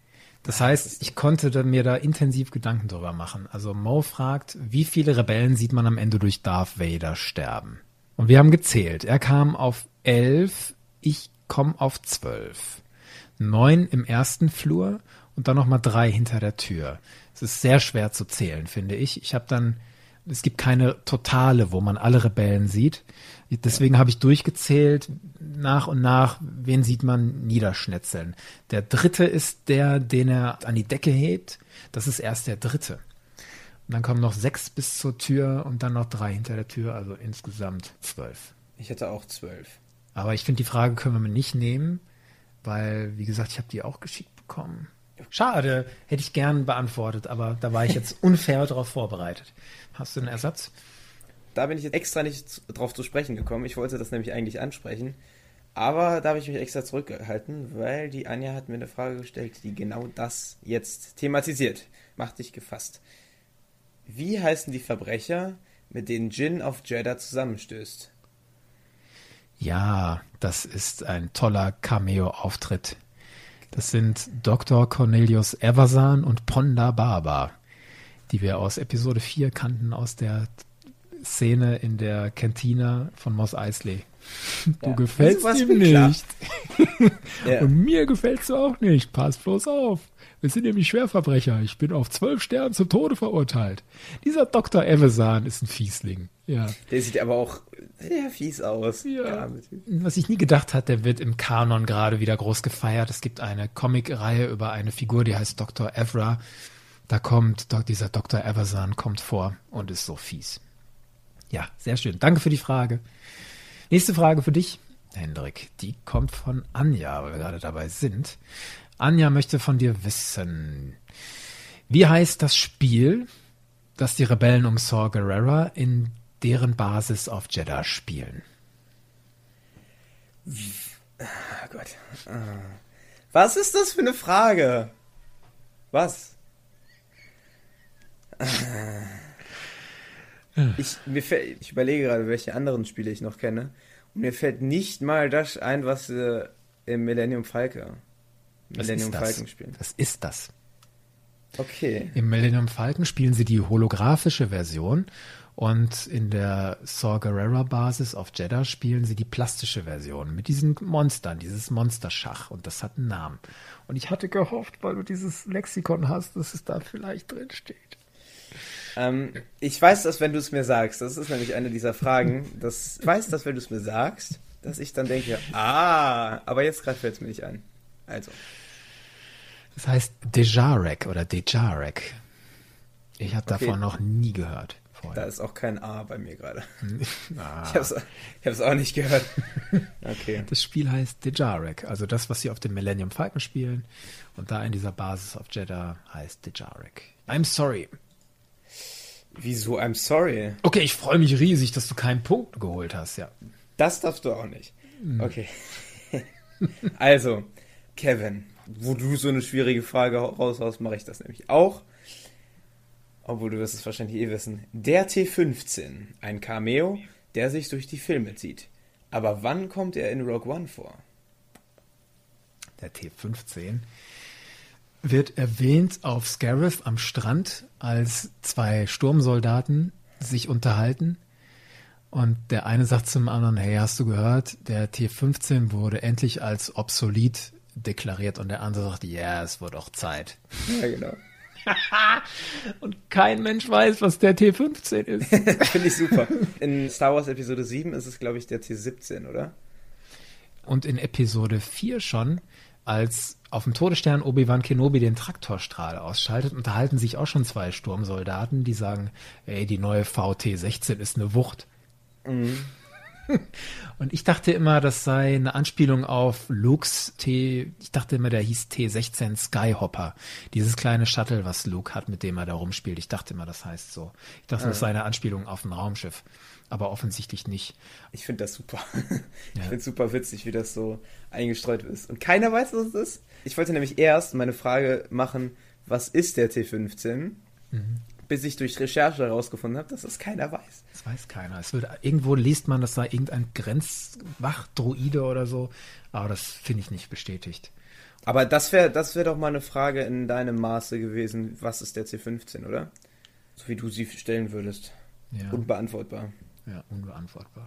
Das heißt, ich konnte da, mir da intensiv Gedanken drüber machen. Also Mo fragt, wie viele Rebellen sieht man am Ende durch Darth Vader sterben? Und wir haben gezählt. Er kam auf elf, ich komme auf zwölf. Neun im ersten Flur und dann nochmal drei hinter der Tür. Es ist sehr schwer zu zählen, finde ich. Ich habe dann, es gibt keine Totale, wo man alle Rebellen sieht. Deswegen habe ich durchgezählt, nach und nach, wen sieht man niederschnetzeln. Der dritte ist der, den er an die Decke hebt. Das ist erst der dritte. Und dann kommen noch sechs bis zur Tür und dann noch drei hinter der Tür, also insgesamt zwölf. Ich hätte auch zwölf. Aber ich finde, die Frage können wir mir nicht nehmen, weil, wie gesagt, ich habe die auch geschickt bekommen. Schade, hätte ich gern beantwortet, aber da war ich jetzt unfair darauf vorbereitet. Hast du einen Ersatz? Da bin ich jetzt extra nicht drauf zu sprechen gekommen. Ich wollte das nämlich eigentlich ansprechen. Aber da habe ich mich extra zurückgehalten, weil die Anja hat mir eine Frage gestellt, die genau das jetzt thematisiert. Macht dich gefasst. Wie heißen die Verbrecher, mit denen Jyn auf Jedha zusammenstößt? Ja, das ist ein toller Cameo-Auftritt. Das sind Doktor Cornelius Evazan und Ponda Baba, die wir aus Episode vier kannten, aus der Szene in der Cantina von Mos Eisley. Du Ja, gefällst das ihm mir klar. nicht. Ja. Und mir gefällst du auch nicht. Pass bloß auf. Wir sind nämlich Schwerverbrecher. Ich bin auf zwölf Sterben zum Tode verurteilt. Dieser Doktor Evazan ist ein Fiesling. Ja. Der sieht aber auch sehr fies aus. Ja. Was ich nie gedacht hatte, der wird im Kanon gerade wieder groß gefeiert. Es gibt eine Comicreihe über eine Figur, die heißt Doktor Evra. Da kommt do- dieser Doktor Evazan kommt vor und ist so fies. Ja, sehr schön. Danke für die Frage. Nächste Frage für dich, Hendrik. Die kommt von Anja, weil wir gerade dabei sind. Anja möchte von dir wissen, wie heißt das Spiel, das die Rebellen um Saw Gerrera in deren Basis auf Jedha spielen? Oh Gott. Was ist das für eine Frage? Was? Ich, mir fällt, ich überlege gerade, welche anderen Spiele ich noch kenne. Und mir fällt nicht mal das ein, was äh, im Millennium Falcon Millennium Falcon spielen. Was ist das? Okay. Im Millennium Falcon spielen sie die holographische Version und in der Saw Gerrera Basis auf Jedha spielen sie die plastische Version mit diesen Monstern, dieses Monsterschach, und das hat einen Namen. Und ich hatte gehofft, weil du dieses Lexikon hast, dass es da vielleicht drin steht. Ähm, ich weiß das, wenn du es mir sagst. Das ist nämlich eine dieser Fragen. Das, ich weiß das, wenn du es mir sagst, dass ich dann denke, ah, aber jetzt gerade fällt es mir nicht ein. Also. Das heißt Dejarek oder Dejarek. Ich habe Okay. davon noch nie gehört. Vorher. Da ist auch kein A bei mir gerade. Ah. Ich habe es auch nicht gehört. Okay. Das Spiel heißt Dejarek, also das, was sie auf dem Millennium Falcon spielen. Und da in dieser Basis auf Jedha heißt Dejarek. I'm sorry. Wieso I'm sorry? Okay, ich freue mich riesig, dass du keinen Punkt geholt hast, ja. Das darfst du auch nicht. Hm. Okay. Also, Kevin, wo du so eine schwierige Frage raushaust, mache ich das nämlich auch. Obwohl, du wirst es wahrscheinlich eh wissen. Der T fünfzehn, ein Cameo, der sich durch die Filme zieht. Aber wann kommt er in Rogue One vor? Der T fünfzehn wird erwähnt auf Scarif am Strand, als zwei Sturmsoldaten sich unterhalten. Und der eine sagt zum anderen, hey, hast du gehört, der T fünfzehn wurde endlich als obsolet deklariert. Und der andere sagt, ja, yeah, es wird auch Zeit. Ja, genau. Und kein Mensch weiß, was der T fünfzehn ist. Finde ich super. In Star Wars Episode sieben ist es, glaube ich, der T siebzehn, oder? Und in Episode vier schon, als auf dem Todesstern Obi-Wan Kenobi den Traktorstrahl ausschaltet, unterhalten sich auch schon zwei Sturmsoldaten, die sagen, ey, die neue V T sechzehn ist eine Wucht. Mhm. Und ich dachte immer, das sei eine Anspielung auf Lukes T, ich dachte immer, der hieß T sechzehn Skyhopper. Dieses kleine Shuttle, was Luke hat, mit dem er da rumspielt. Ich dachte immer, das heißt so. Ich dachte, Ah. das sei eine Anspielung auf ein Raumschiff. Aber offensichtlich nicht. Ich finde das super. Ich Ja. finde es super witzig, wie das so eingestreut ist. Und keiner weiß, was es ist. Ich wollte nämlich erst meine Frage machen, was ist der T fünfzehn? Mhm. Bis ich durch Recherche herausgefunden habe, dass das keiner weiß. Das weiß keiner. Es wird, irgendwo liest man, das sei irgendein Grenzwachdruide oder so. Aber das finde ich nicht bestätigt. Aber das wäre das wär doch mal eine Frage in deinem Maße gewesen. Was ist der C fünfzehn, oder? So wie du sie stellen würdest. Ja. Unbeantwortbar. Ja, unbeantwortbar.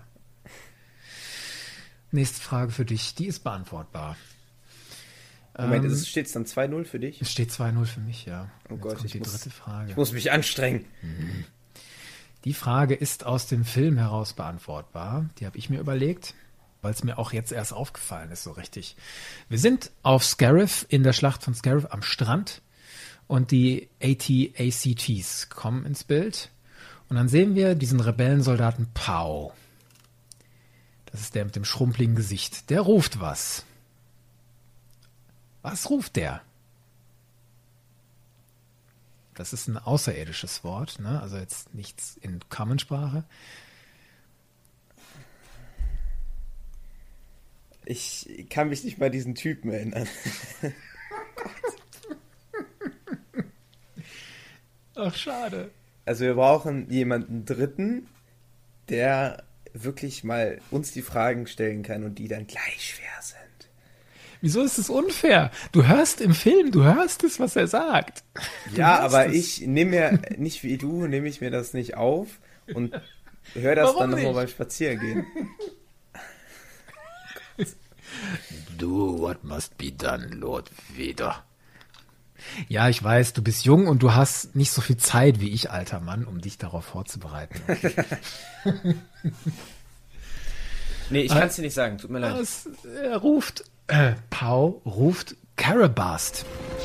Nächste Frage für dich. Die ist beantwortbar. Moment, ähm, steht es dann zwei null für dich? Es steht zwei null für mich, ja. Oh Jetzt Gott, kommt ich die muss, dritte Frage. Ich muss mich anstrengen. Mhm. Die Frage ist aus dem Film heraus beantwortbar. Die habe ich mir überlegt, weil es mir auch jetzt erst aufgefallen ist, so richtig. Wir sind auf Scarif, in der Schlacht von Scarif am Strand, und die A T A C Ts kommen ins Bild. Und dann sehen wir diesen Rebellensoldaten Pow. Das ist der mit dem schrumpeligen Gesicht. Der ruft was. Was ruft der? Das ist ein außerirdisches Wort, ne? Also jetzt nichts in Common-Sprache. Ich kann mich nicht mal diesen Typen erinnern. Ach, schade. Also wir brauchen jemanden Dritten, der wirklich mal uns die Fragen stellen kann und die dann gleich schwer sind. Wieso ist es unfair? Du hörst im Film, du hörst es, was er sagt. Du ja, aber es. ich nehme mir, nicht wie du, nehme ich mir das nicht auf und höre das Warum dann nochmal nicht? beim Spazierengehen. Do what must be done, Lord Vader. Ja, ich weiß, du bist jung und du hast nicht so viel Zeit wie ich, alter Mann, um dich darauf vorzubereiten. Okay. Nee, ich kann es dir nicht sagen, tut mir leid. Es, er ruft, äh, Pow ruft Karabast.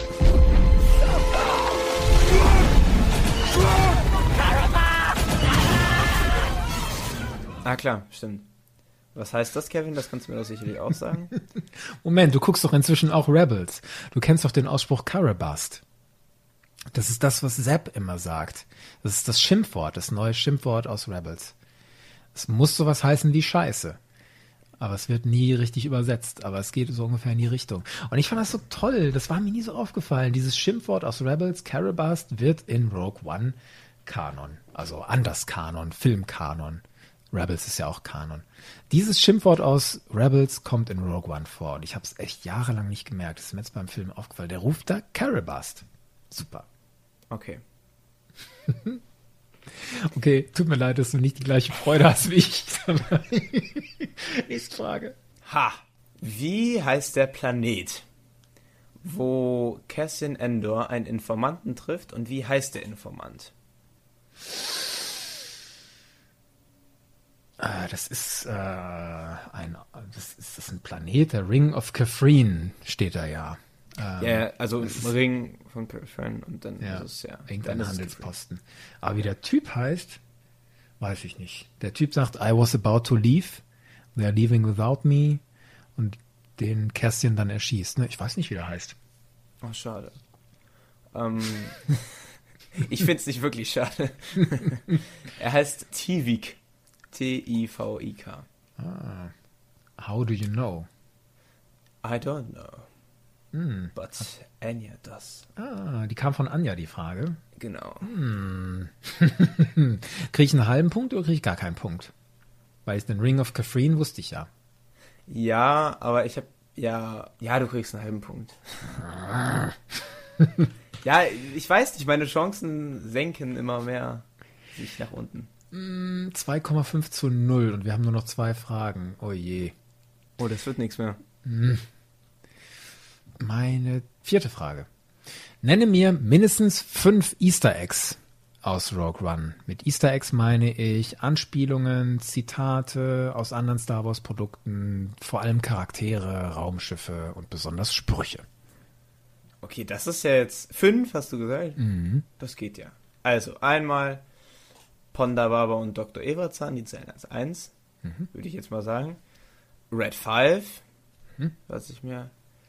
Ah klar, stimmt. Was heißt das, Kevin? Das kannst du mir doch sicherlich auch sagen. Moment, du guckst doch inzwischen auch Rebels. Du kennst doch den Ausspruch Karabast. Das ist das, was Zapp immer sagt. Das ist das Schimpfwort, das neue Schimpfwort aus Rebels. Es muss sowas heißen wie Scheiße. Aber es wird nie richtig übersetzt. Aber es geht so ungefähr in die Richtung. Und ich fand das so toll. Das war mir nie so aufgefallen. Dieses Schimpfwort aus Rebels, Karabast, wird in Rogue One Kanon. Also anders Kanon, Filmkanon. Rebels ist ja auch Kanon. Dieses Schimpfwort aus Rebels kommt in Rogue One vor. Und ich habe es echt jahrelang nicht gemerkt. Das ist mir jetzt beim Film aufgefallen. Der ruft da Karabast. Super. Okay. Okay, tut mir leid, dass du nicht die gleiche Freude hast wie ich. Nächste Frage. Ha! Wie heißt der Planet, wo Cassian Andor einen Informanten trifft, und wie heißt der Informant? Äh, das ist äh, ein das ist, das ist ein Planet, der Ring of Kafrene steht da ja. Ähm, ja, also ein ist, Ring von Kafrene und dann ja, ist es ja irgendein Handelsposten. Aber wie der Typ heißt, weiß ich nicht. Der Typ sagt, I was about to leave, they are leaving without me, und den Cassian dann erschießt. Ne? Ich weiß nicht, wie der heißt. Oh, schade. Ähm, ich finde es nicht wirklich schade. Er heißt Tivik. T I V I K. Ah. How do you know? I don't know. Hm. But Anya does. Ah, die kam von Anja, die Frage. Genau. Hm. Kriege ich einen halben Punkt oder kriege ich gar keinen Punkt? Weil ich den Ring of Kafrene wusste ich ja. Ja, aber ich habe ja, ja, du kriegst einen halben Punkt. Ja, ich weiß nicht, meine Chancen senken immer mehr sich nach unten. zwei Komma fünf zu null und wir haben nur noch zwei Fragen. Oh je. Oh, das wird nichts mehr. Meine vierte Frage. Nenne mir mindestens fünf Easter Eggs aus Rogue One. Mit Easter Eggs meine ich Anspielungen, Zitate aus anderen Star Wars Produkten, vor allem Charaktere, Raumschiffe und besonders Sprüche. Okay, das ist ja jetzt fünf, hast du gesagt? Mhm. Das geht ja. Also, einmal Ponda Baba und Doktor Evazan, die zählen als eins, mhm. würde ich jetzt mal sagen. Red Five, mhm. was ich mir...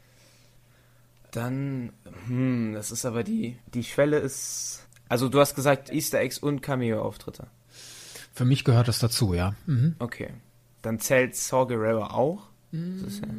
Dann, hm, das ist aber die, die Schwelle ist, also du hast gesagt Easter Eggs und Cameo-Auftritte. Für mich gehört das dazu, ja. Mhm. Okay. Dann zählt Saw Gerrera auch? Mhm. Das ist ja...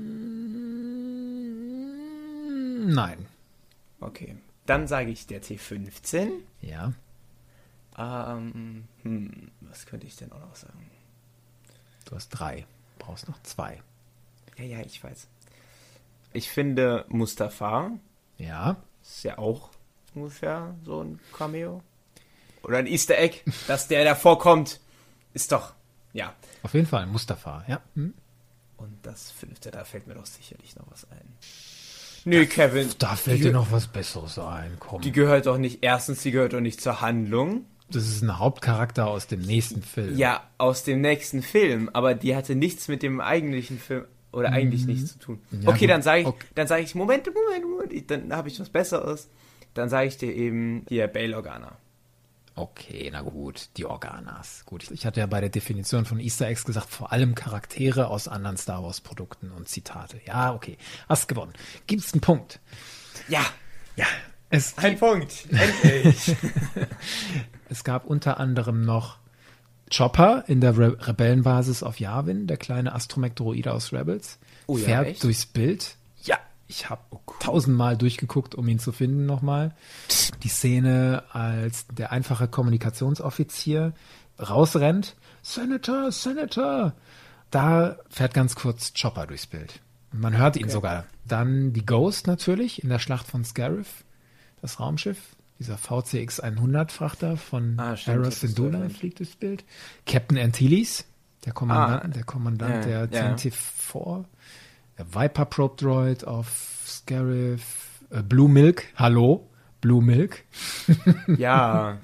Nein. Okay. Dann sage ich der T fünfzehn. Ja. Ähm, hm, was könnte ich denn auch noch sagen? Du hast drei. Brauchst noch zwei. Ja, ja, ich weiß. Ich finde Mustafa. Ja. Ist ja auch ungefähr so ein Cameo. Oder ein Easter Egg, dass der da vorkommt. Ist doch, ja. Auf jeden Fall, Mustafa, ja. Hm. Und das fünfte, da fällt mir doch sicherlich noch was ein. Nö, Kevin. Da fällt dir noch was Besseres ein, komm. Die gehört doch nicht, erstens, die gehört doch nicht zur Handlung. Das ist ein Hauptcharakter aus dem nächsten Film. Ja, aus dem nächsten Film, aber die hatte nichts mit dem eigentlichen Film, oder mhm. eigentlich nichts zu tun. Ja, okay, gut. dann sage ich, okay. dann sage ich, Moment, Moment, Moment, dann habe ich was Besseres. Dann sage ich dir eben hier Bail Organa. Okay, na gut, die Organas. Gut, ich hatte ja bei der Definition von Easter Eggs gesagt, vor allem Charaktere aus anderen Star Wars Produkten und Zitate. Ja, okay, hast gewonnen. Gibt's einen Punkt? Ja. Ja. Es Ein Punkt. Endlich. Es gab unter anderem noch Chopper in der Re- Rebellenbasis auf Yavin, der kleine Astromech-Droide aus Rebels. Oh ja, fährt echt? durchs Bild. Ja, ich habe oh, cool. tausendmal durchgeguckt, um ihn zu finden nochmal. Die Szene, als der einfache Kommunikationsoffizier rausrennt. Senator, Senator. Da fährt ganz kurz Chopper durchs Bild. Man hört ihn okay. sogar. Dann die Ghost natürlich in der Schlacht von Scarif. Das Raumschiff, dieser V C X hundert Frachter von ah, stimmt, Hera Syndulla fliegt durchs Bild. Captain Antilles, der Kommandant, ah, der, Kommandant ja, der T N T vier. Ja. Der Viper Probe Droid auf Scarif. Äh, Blue Milk, hallo, Blue Milk. Ja.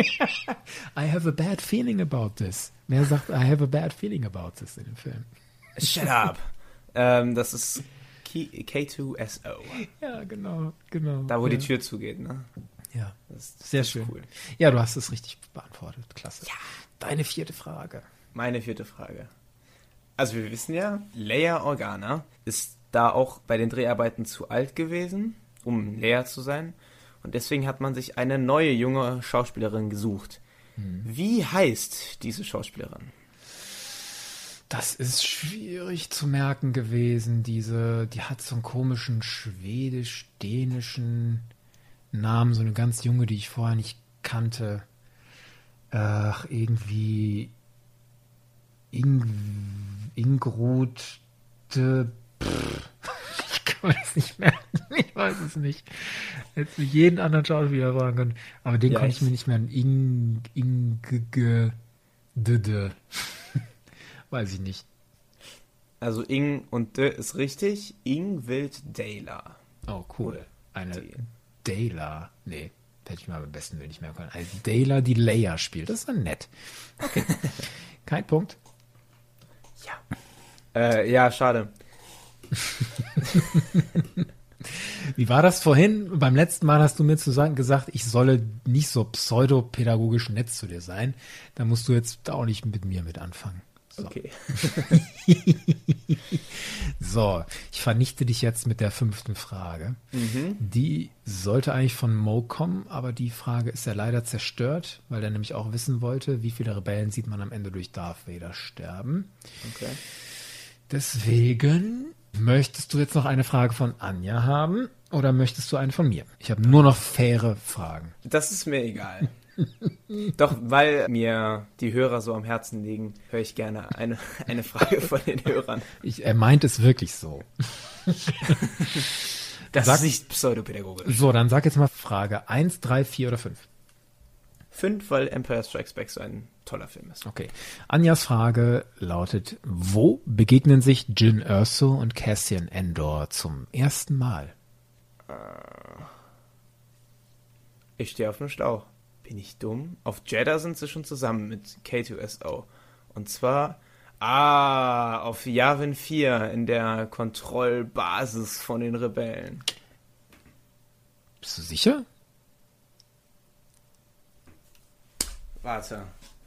I have a bad feeling about this. Wer sagt, I have a bad feeling about this in dem Film? Shut up. ähm, das ist K zwei S O. Ja, genau, genau. Da, wo ja. die Tür zugeht, ne? Ja, das ist, sehr das ist schön. Cool. Ja, du hast es richtig beantwortet. Klasse. Ja. Deine vierte Frage. Meine vierte Frage. Also wir wissen ja, Leia Organa ist da auch bei den Dreharbeiten zu alt gewesen, um Leia zu sein. Und deswegen hat man sich eine neue, junge Schauspielerin gesucht. Hm. Wie heißt diese Schauspielerin? Das ist schwierig zu merken gewesen. Diese, die hat so einen komischen schwedisch-dänischen Namen, so eine ganz junge, die ich vorher nicht kannte. Ach, irgendwie Ing, Ingrud de, pff, ich kann es nicht merken. Ich weiß es nicht. Hätte mich jeden anderen Schauspieler fragen können. Aber den ja, konnte ich mir nicht merken. Ing, Ing, de, de. Weiß ich nicht. Also Ing und De ist richtig. Ingvild Dayla. Oh, cool. Eine Dayla. Nee, hätte ich mal am besten will nicht mehr können. Eine Dayla, die Leia spielt. Das ist dann nett. Okay. Kein Punkt. Ja. Äh, ja, schade. Wie war das vorhin? Beim letzten Mal hast du mir zu sagen, gesagt, ich solle nicht so pseudopädagogisch nett zu dir sein. Da musst du jetzt auch nicht mit mir mit anfangen. So. Okay. So, ich vernichte dich jetzt mit der fünften Frage. Mhm. Die sollte eigentlich von Mo kommen, aber die Frage ist ja leider zerstört, weil er nämlich auch wissen wollte, wie viele Rebellen sieht man am Ende durch Darth Vader sterben. Okay. Deswegen, möchtest du jetzt noch eine Frage von Anja haben oder möchtest du eine von mir? Ich habe nur noch faire Fragen. Das ist mir egal. Doch, weil mir die Hörer so am Herzen liegen, höre ich gerne eine, eine Frage von den Hörern. Ich, er meint es wirklich so. Das sag, ist nicht pseudopädagogisch. So, dann sag jetzt mal Frage eins, drei, vier oder fünf. Fünf, weil Empire Strikes Back so ein toller Film ist. Okay. Anjas Frage lautet, wo begegnen sich Jyn Erso und Cassian Andor zum ersten Mal? Ich stehe auf dem Schlauch. Bin ich dumm? Auf Jeddah sind sie schon zusammen mit K zwei S O. Und zwar, ah, auf Yavin vier in der Kontrollbasis von den Rebellen. Bist du sicher? Warte.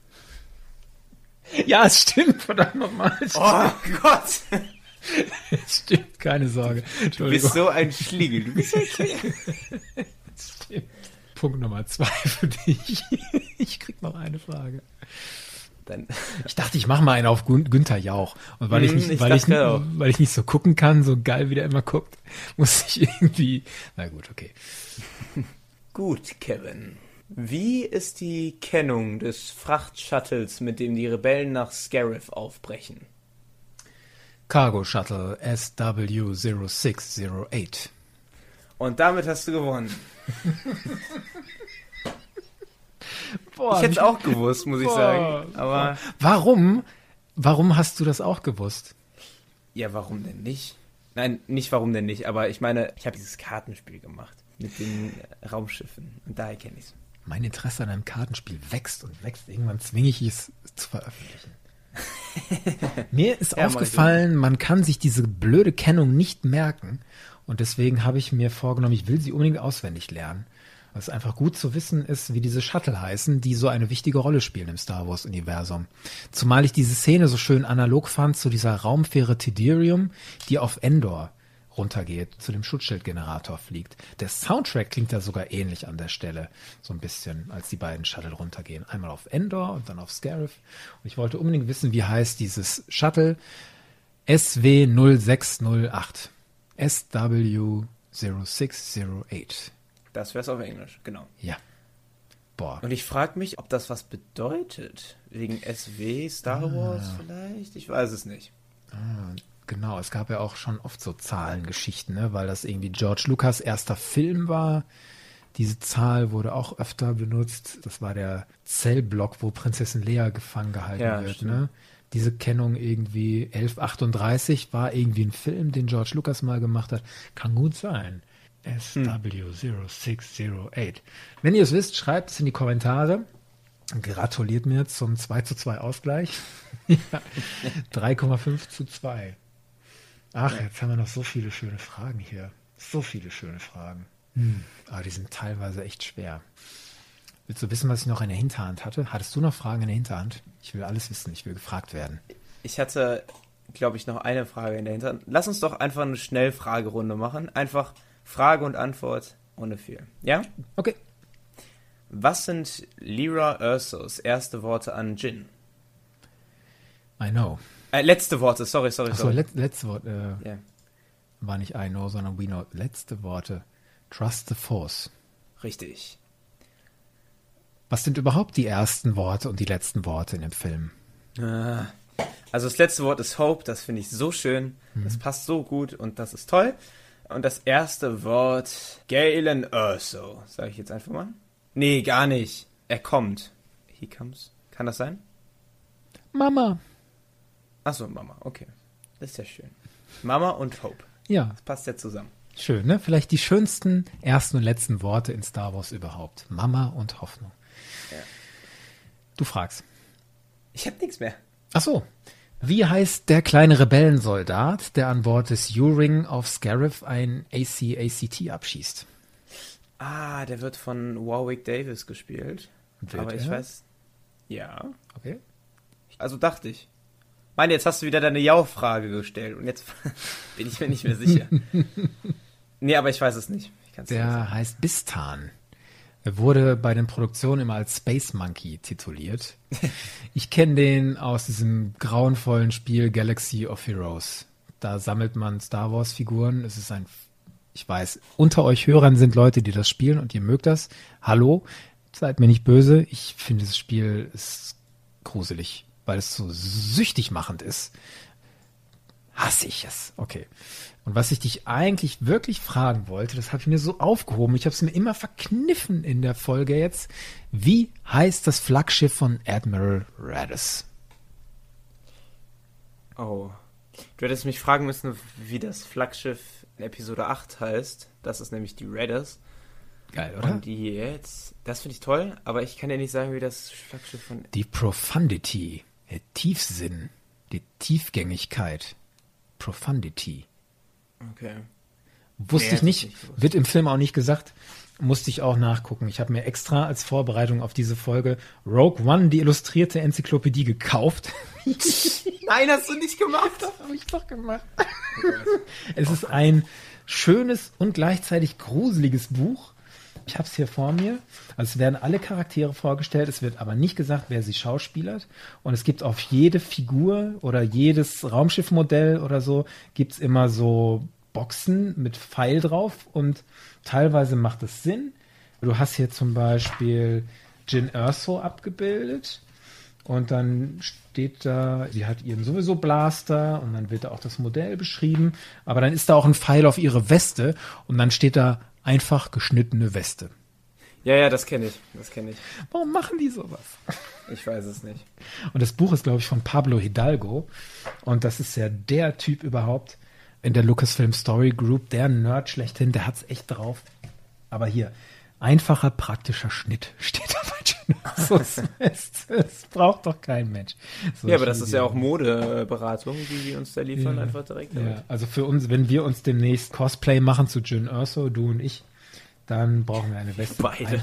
Ja, es stimmt, verdammt nochmal. Oh Gott! Es stimmt, keine Sorge. Du bist so ein Schliegel. Du bist so ein Schliegel. Es stimmt. Punkt Nummer zwei für dich. Ich krieg noch eine Frage. Dann. Ich dachte, ich mache mal einen auf Gün- Günther Jauch. Und weil ich nicht, ich weil, ich, auch. weil ich nicht so gucken kann, so geil wie der immer guckt, muss ich irgendwie. Na gut, okay. Gut, Kevin. Wie ist die Kennung des Frachtshuttles, mit dem die Rebellen nach Scarif aufbrechen? Cargo Shuttle S W null sechs null acht. Und damit hast du gewonnen. Boah, ich hätte es auch gewusst, muss ich boah, sagen. Aber warum? Warum hast du das auch gewusst? Ja, warum denn nicht? Nein, nicht warum denn nicht, aber ich meine, ich habe dieses Kartenspiel gemacht mit den Raumschiffen und daher kenne ich es. Mein Interesse an einem Kartenspiel wächst und wächst. Irgendwann zwinge ich es zu veröffentlichen. Mir ist Ja, aufgefallen, man kann sich diese blöde Kennung nicht merken und deswegen habe ich mir vorgenommen, ich will sie unbedingt auswendig lernen. Weil es einfach gut zu wissen ist, wie diese Shuttle heißen, die so eine wichtige Rolle spielen im Star Wars-Universum. Zumal ich diese Szene so schön analog fand zu dieser Raumfähre Tidirium, die auf Endor runtergeht, zu dem Schutzschildgenerator fliegt. Der Soundtrack klingt da sogar ähnlich an der Stelle, so ein bisschen, als die beiden Shuttle runtergehen. Einmal auf Endor und dann auf Scarif. Und ich wollte unbedingt wissen, wie heißt dieses Shuttle S W null sechs null acht. S W null sechs null acht. Das wär's auf Englisch, genau. Ja. Boah. Und ich frage mich, ob das was bedeutet. Wegen S W, Star Ah. Wars vielleicht? Ich weiß es nicht. Ah, genau, es gab ja auch schon oft so Zahlengeschichten, ne? Weil das irgendwie George Lucas erster Film war. Diese Zahl wurde auch öfter benutzt. Das war der Zellblock, wo Prinzessin Leia gefangen gehalten Ja, wird. stimmt. Ne? Diese Kennung irgendwie elf achtunddreißig war irgendwie ein Film, den George Lucas mal gemacht hat. Kann gut sein. S W null sechs null acht. Wenn ihr es wisst, schreibt es in die Kommentare. Gratuliert mir zum zwei zu zwei Ausgleich. Ja, drei Komma fünf zu zwei. Ach, jetzt haben wir noch so viele schöne Fragen hier. So viele schöne Fragen. Hm. Aber die sind teilweise echt schwer. Willst du wissen, was ich noch in der Hinterhand hatte? Hattest du noch Fragen in der Hinterhand? Ich will alles wissen, ich will gefragt werden. Ich hatte, glaube ich, noch eine Frage in der Hinterhand. Lass uns doch einfach eine Schnellfragerunde machen. Einfach Frage und Antwort ohne viel. Ja? Okay. Was sind Lyra Ersos erste Worte an Jin? I know. Äh, letzte Worte, sorry, sorry, Achso, sorry. let, letzte Worte. Äh, Yeah. War nicht I know, sondern we know. Letzte Worte. Trust the Force. Richtig. Was sind überhaupt die ersten Worte und die letzten Worte in dem Film? Ah. Also das letzte Wort ist Hope, das finde ich so schön. Mhm. Das passt so gut und das ist toll. Und das erste Wort, Galen Erso, sage ich jetzt einfach mal. Nee, gar nicht. Er kommt. He comes. Kann das sein? Mama. Achso, Mama, okay. Das ist ja schön. Mama und Hope. Ja. Das passt ja zusammen. Schön, ne? Vielleicht die schönsten ersten und letzten Worte in Star Wars überhaupt. Mama und Hoffnung. Ja. Du fragst. Ich habe nichts mehr. Ach so. Wie heißt der kleine Rebellensoldat, der an Bord des U-Ring auf Scarif ein A C A C T abschießt? Ah, der wird von Warwick Davis gespielt. Wird Aber ich er? weiß... Ja. Okay. Also dachte ich. Meine, jetzt hast du wieder deine Jau-Frage gestellt und jetzt bin ich mir nicht mehr sicher. Nee, aber ich weiß es nicht. Ich kann's nicht sagen. Der heißt Bistan. Er wurde bei den Produktionen immer als Space Monkey tituliert. Ich kenne den aus diesem grauenvollen Spiel Galaxy of Heroes. Da sammelt man Star Wars Figuren. Es ist ein, ich weiß, unter euch Hörern sind Leute, die das spielen und ihr mögt das. Hallo, seid mir nicht böse. Ich finde, das Spiel ist gruselig, weil es so süchtig machend ist. Hasse ich es. Okay. Und was ich dich eigentlich wirklich fragen wollte, das habe ich mir so aufgehoben. Ich habe es mir immer verkniffen in der Folge jetzt. Wie heißt das Flaggschiff von Admiral Raddus? Oh. Du hättest mich fragen müssen, wie das Flaggschiff in Episode acht heißt. Das ist nämlich die Raiders. Geil, oder? Und die jetzt, das finde ich toll, aber ich kann dir nicht sagen, wie das Flaggschiff von... Die Profundity, der Tiefsinn, die Tiefgängigkeit. Profundity. Okay. Wusste Nee, ich nicht, nicht gewusst. wird im Film auch nicht gesagt, musste ich auch nachgucken. Ich habe mir extra als Vorbereitung auf diese Folge Rogue One, die illustrierte Enzyklopädie, gekauft. Nein, hast du nicht gemacht. Das habe ich doch gemacht. Es ist ein schönes und gleichzeitig gruseliges Buch. Ich habe es hier vor mir. Also es werden alle Charaktere vorgestellt, es wird aber nicht gesagt, wer sie schauspielert. Und es gibt auf jede Figur oder jedes Raumschiffmodell oder so, gibt es immer so Boxen mit Pfeil drauf. Und teilweise macht es Sinn. Du hast hier zum Beispiel Jyn Erso abgebildet. Und dann steht da, sie hat ihren sowieso Blaster und dann wird da auch das Modell beschrieben. Aber dann ist da auch ein Pfeil auf ihre Weste und dann steht da einfach geschnittene Weste. Ja, ja, das kenne ich. Das kenne ich. Warum machen die sowas? Ich weiß es nicht. Und das Buch ist, glaube ich, von Pablo Hidalgo. Und das ist ja der Typ überhaupt in der Lucasfilm Story Group, der Nerd schlechthin, der hat's echt drauf. Aber hier, einfacher, praktischer Schnitt steht da bei Geonosis. Das braucht doch kein Mensch. So ja, aber das ist ja auch Modeberatung, die die uns da liefern, ja, einfach direkt. Ja, also für uns, wenn wir uns demnächst Cosplay machen zu Jyn Erso, du und ich, dann brauchen wir eine Weste. Beide.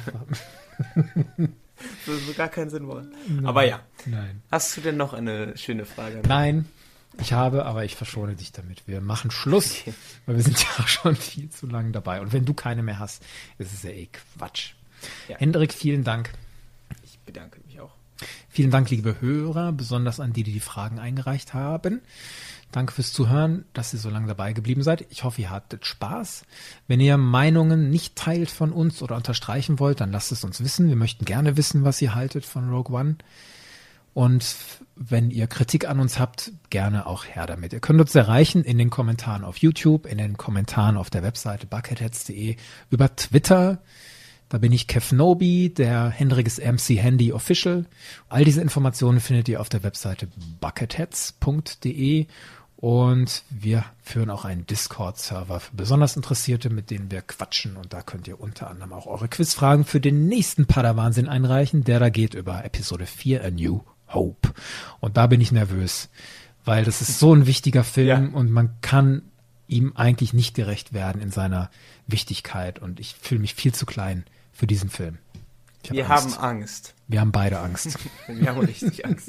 Das würde gar keinen Sinn machen. Nein, aber ja. Nein. Hast du denn noch eine schöne Frage? Nein, ich habe, aber ich verschone dich damit. Wir machen Schluss, okay. Weil wir sind ja schon viel zu lange dabei. Und wenn du keine mehr hast, ist es ja eh Quatsch. Ja. Hendrik, vielen Dank. Ich bedanke mich auch. Vielen Dank, liebe Hörer, besonders an die, die die Fragen eingereicht haben. Danke fürs Zuhören, dass ihr so lange dabei geblieben seid. Ich hoffe, ihr hattet Spaß. Wenn ihr Meinungen nicht teilt von uns oder unterstreichen wollt, dann lasst es uns wissen. Wir möchten gerne wissen, was ihr haltet von Rogue One. Und wenn ihr Kritik an uns habt, gerne auch her damit. Ihr könnt uns erreichen in den Kommentaren auf YouTube, in den Kommentaren auf der Webseite bucketheads punkt de, über Twitter. Da bin ich Kevnobi, der Hendrik ist M C Handy Official. All diese Informationen findet ihr auf der Webseite bucketheads punkt de. Und wir führen auch einen Discord-Server für besonders Interessierte, mit denen wir quatschen. Und da könnt ihr unter anderem auch eure Quizfragen für den nächsten Padawansinn einreichen, der da geht über Episode vier, A New Hope. Und da bin ich nervös, weil das ist so ein wichtiger Film ja. Und man kann ihm eigentlich nicht gerecht werden in seiner Wichtigkeit. Und ich fühle mich viel zu klein für diesen Film. Hab Wir Angst. haben Angst. Wir haben beide Angst. Wir haben richtig Angst.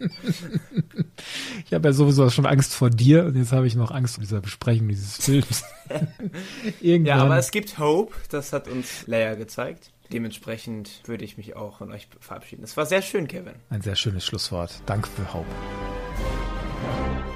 Ich habe ja sowieso schon Angst vor dir und jetzt habe ich noch Angst vor dieser Besprechung dieses Films. Ja, aber es gibt Hope, das hat uns Leia gezeigt. Dementsprechend würde ich mich auch von euch verabschieden. Es war sehr schön, Kevin. Ein sehr schönes Schlusswort. Danke für Hope.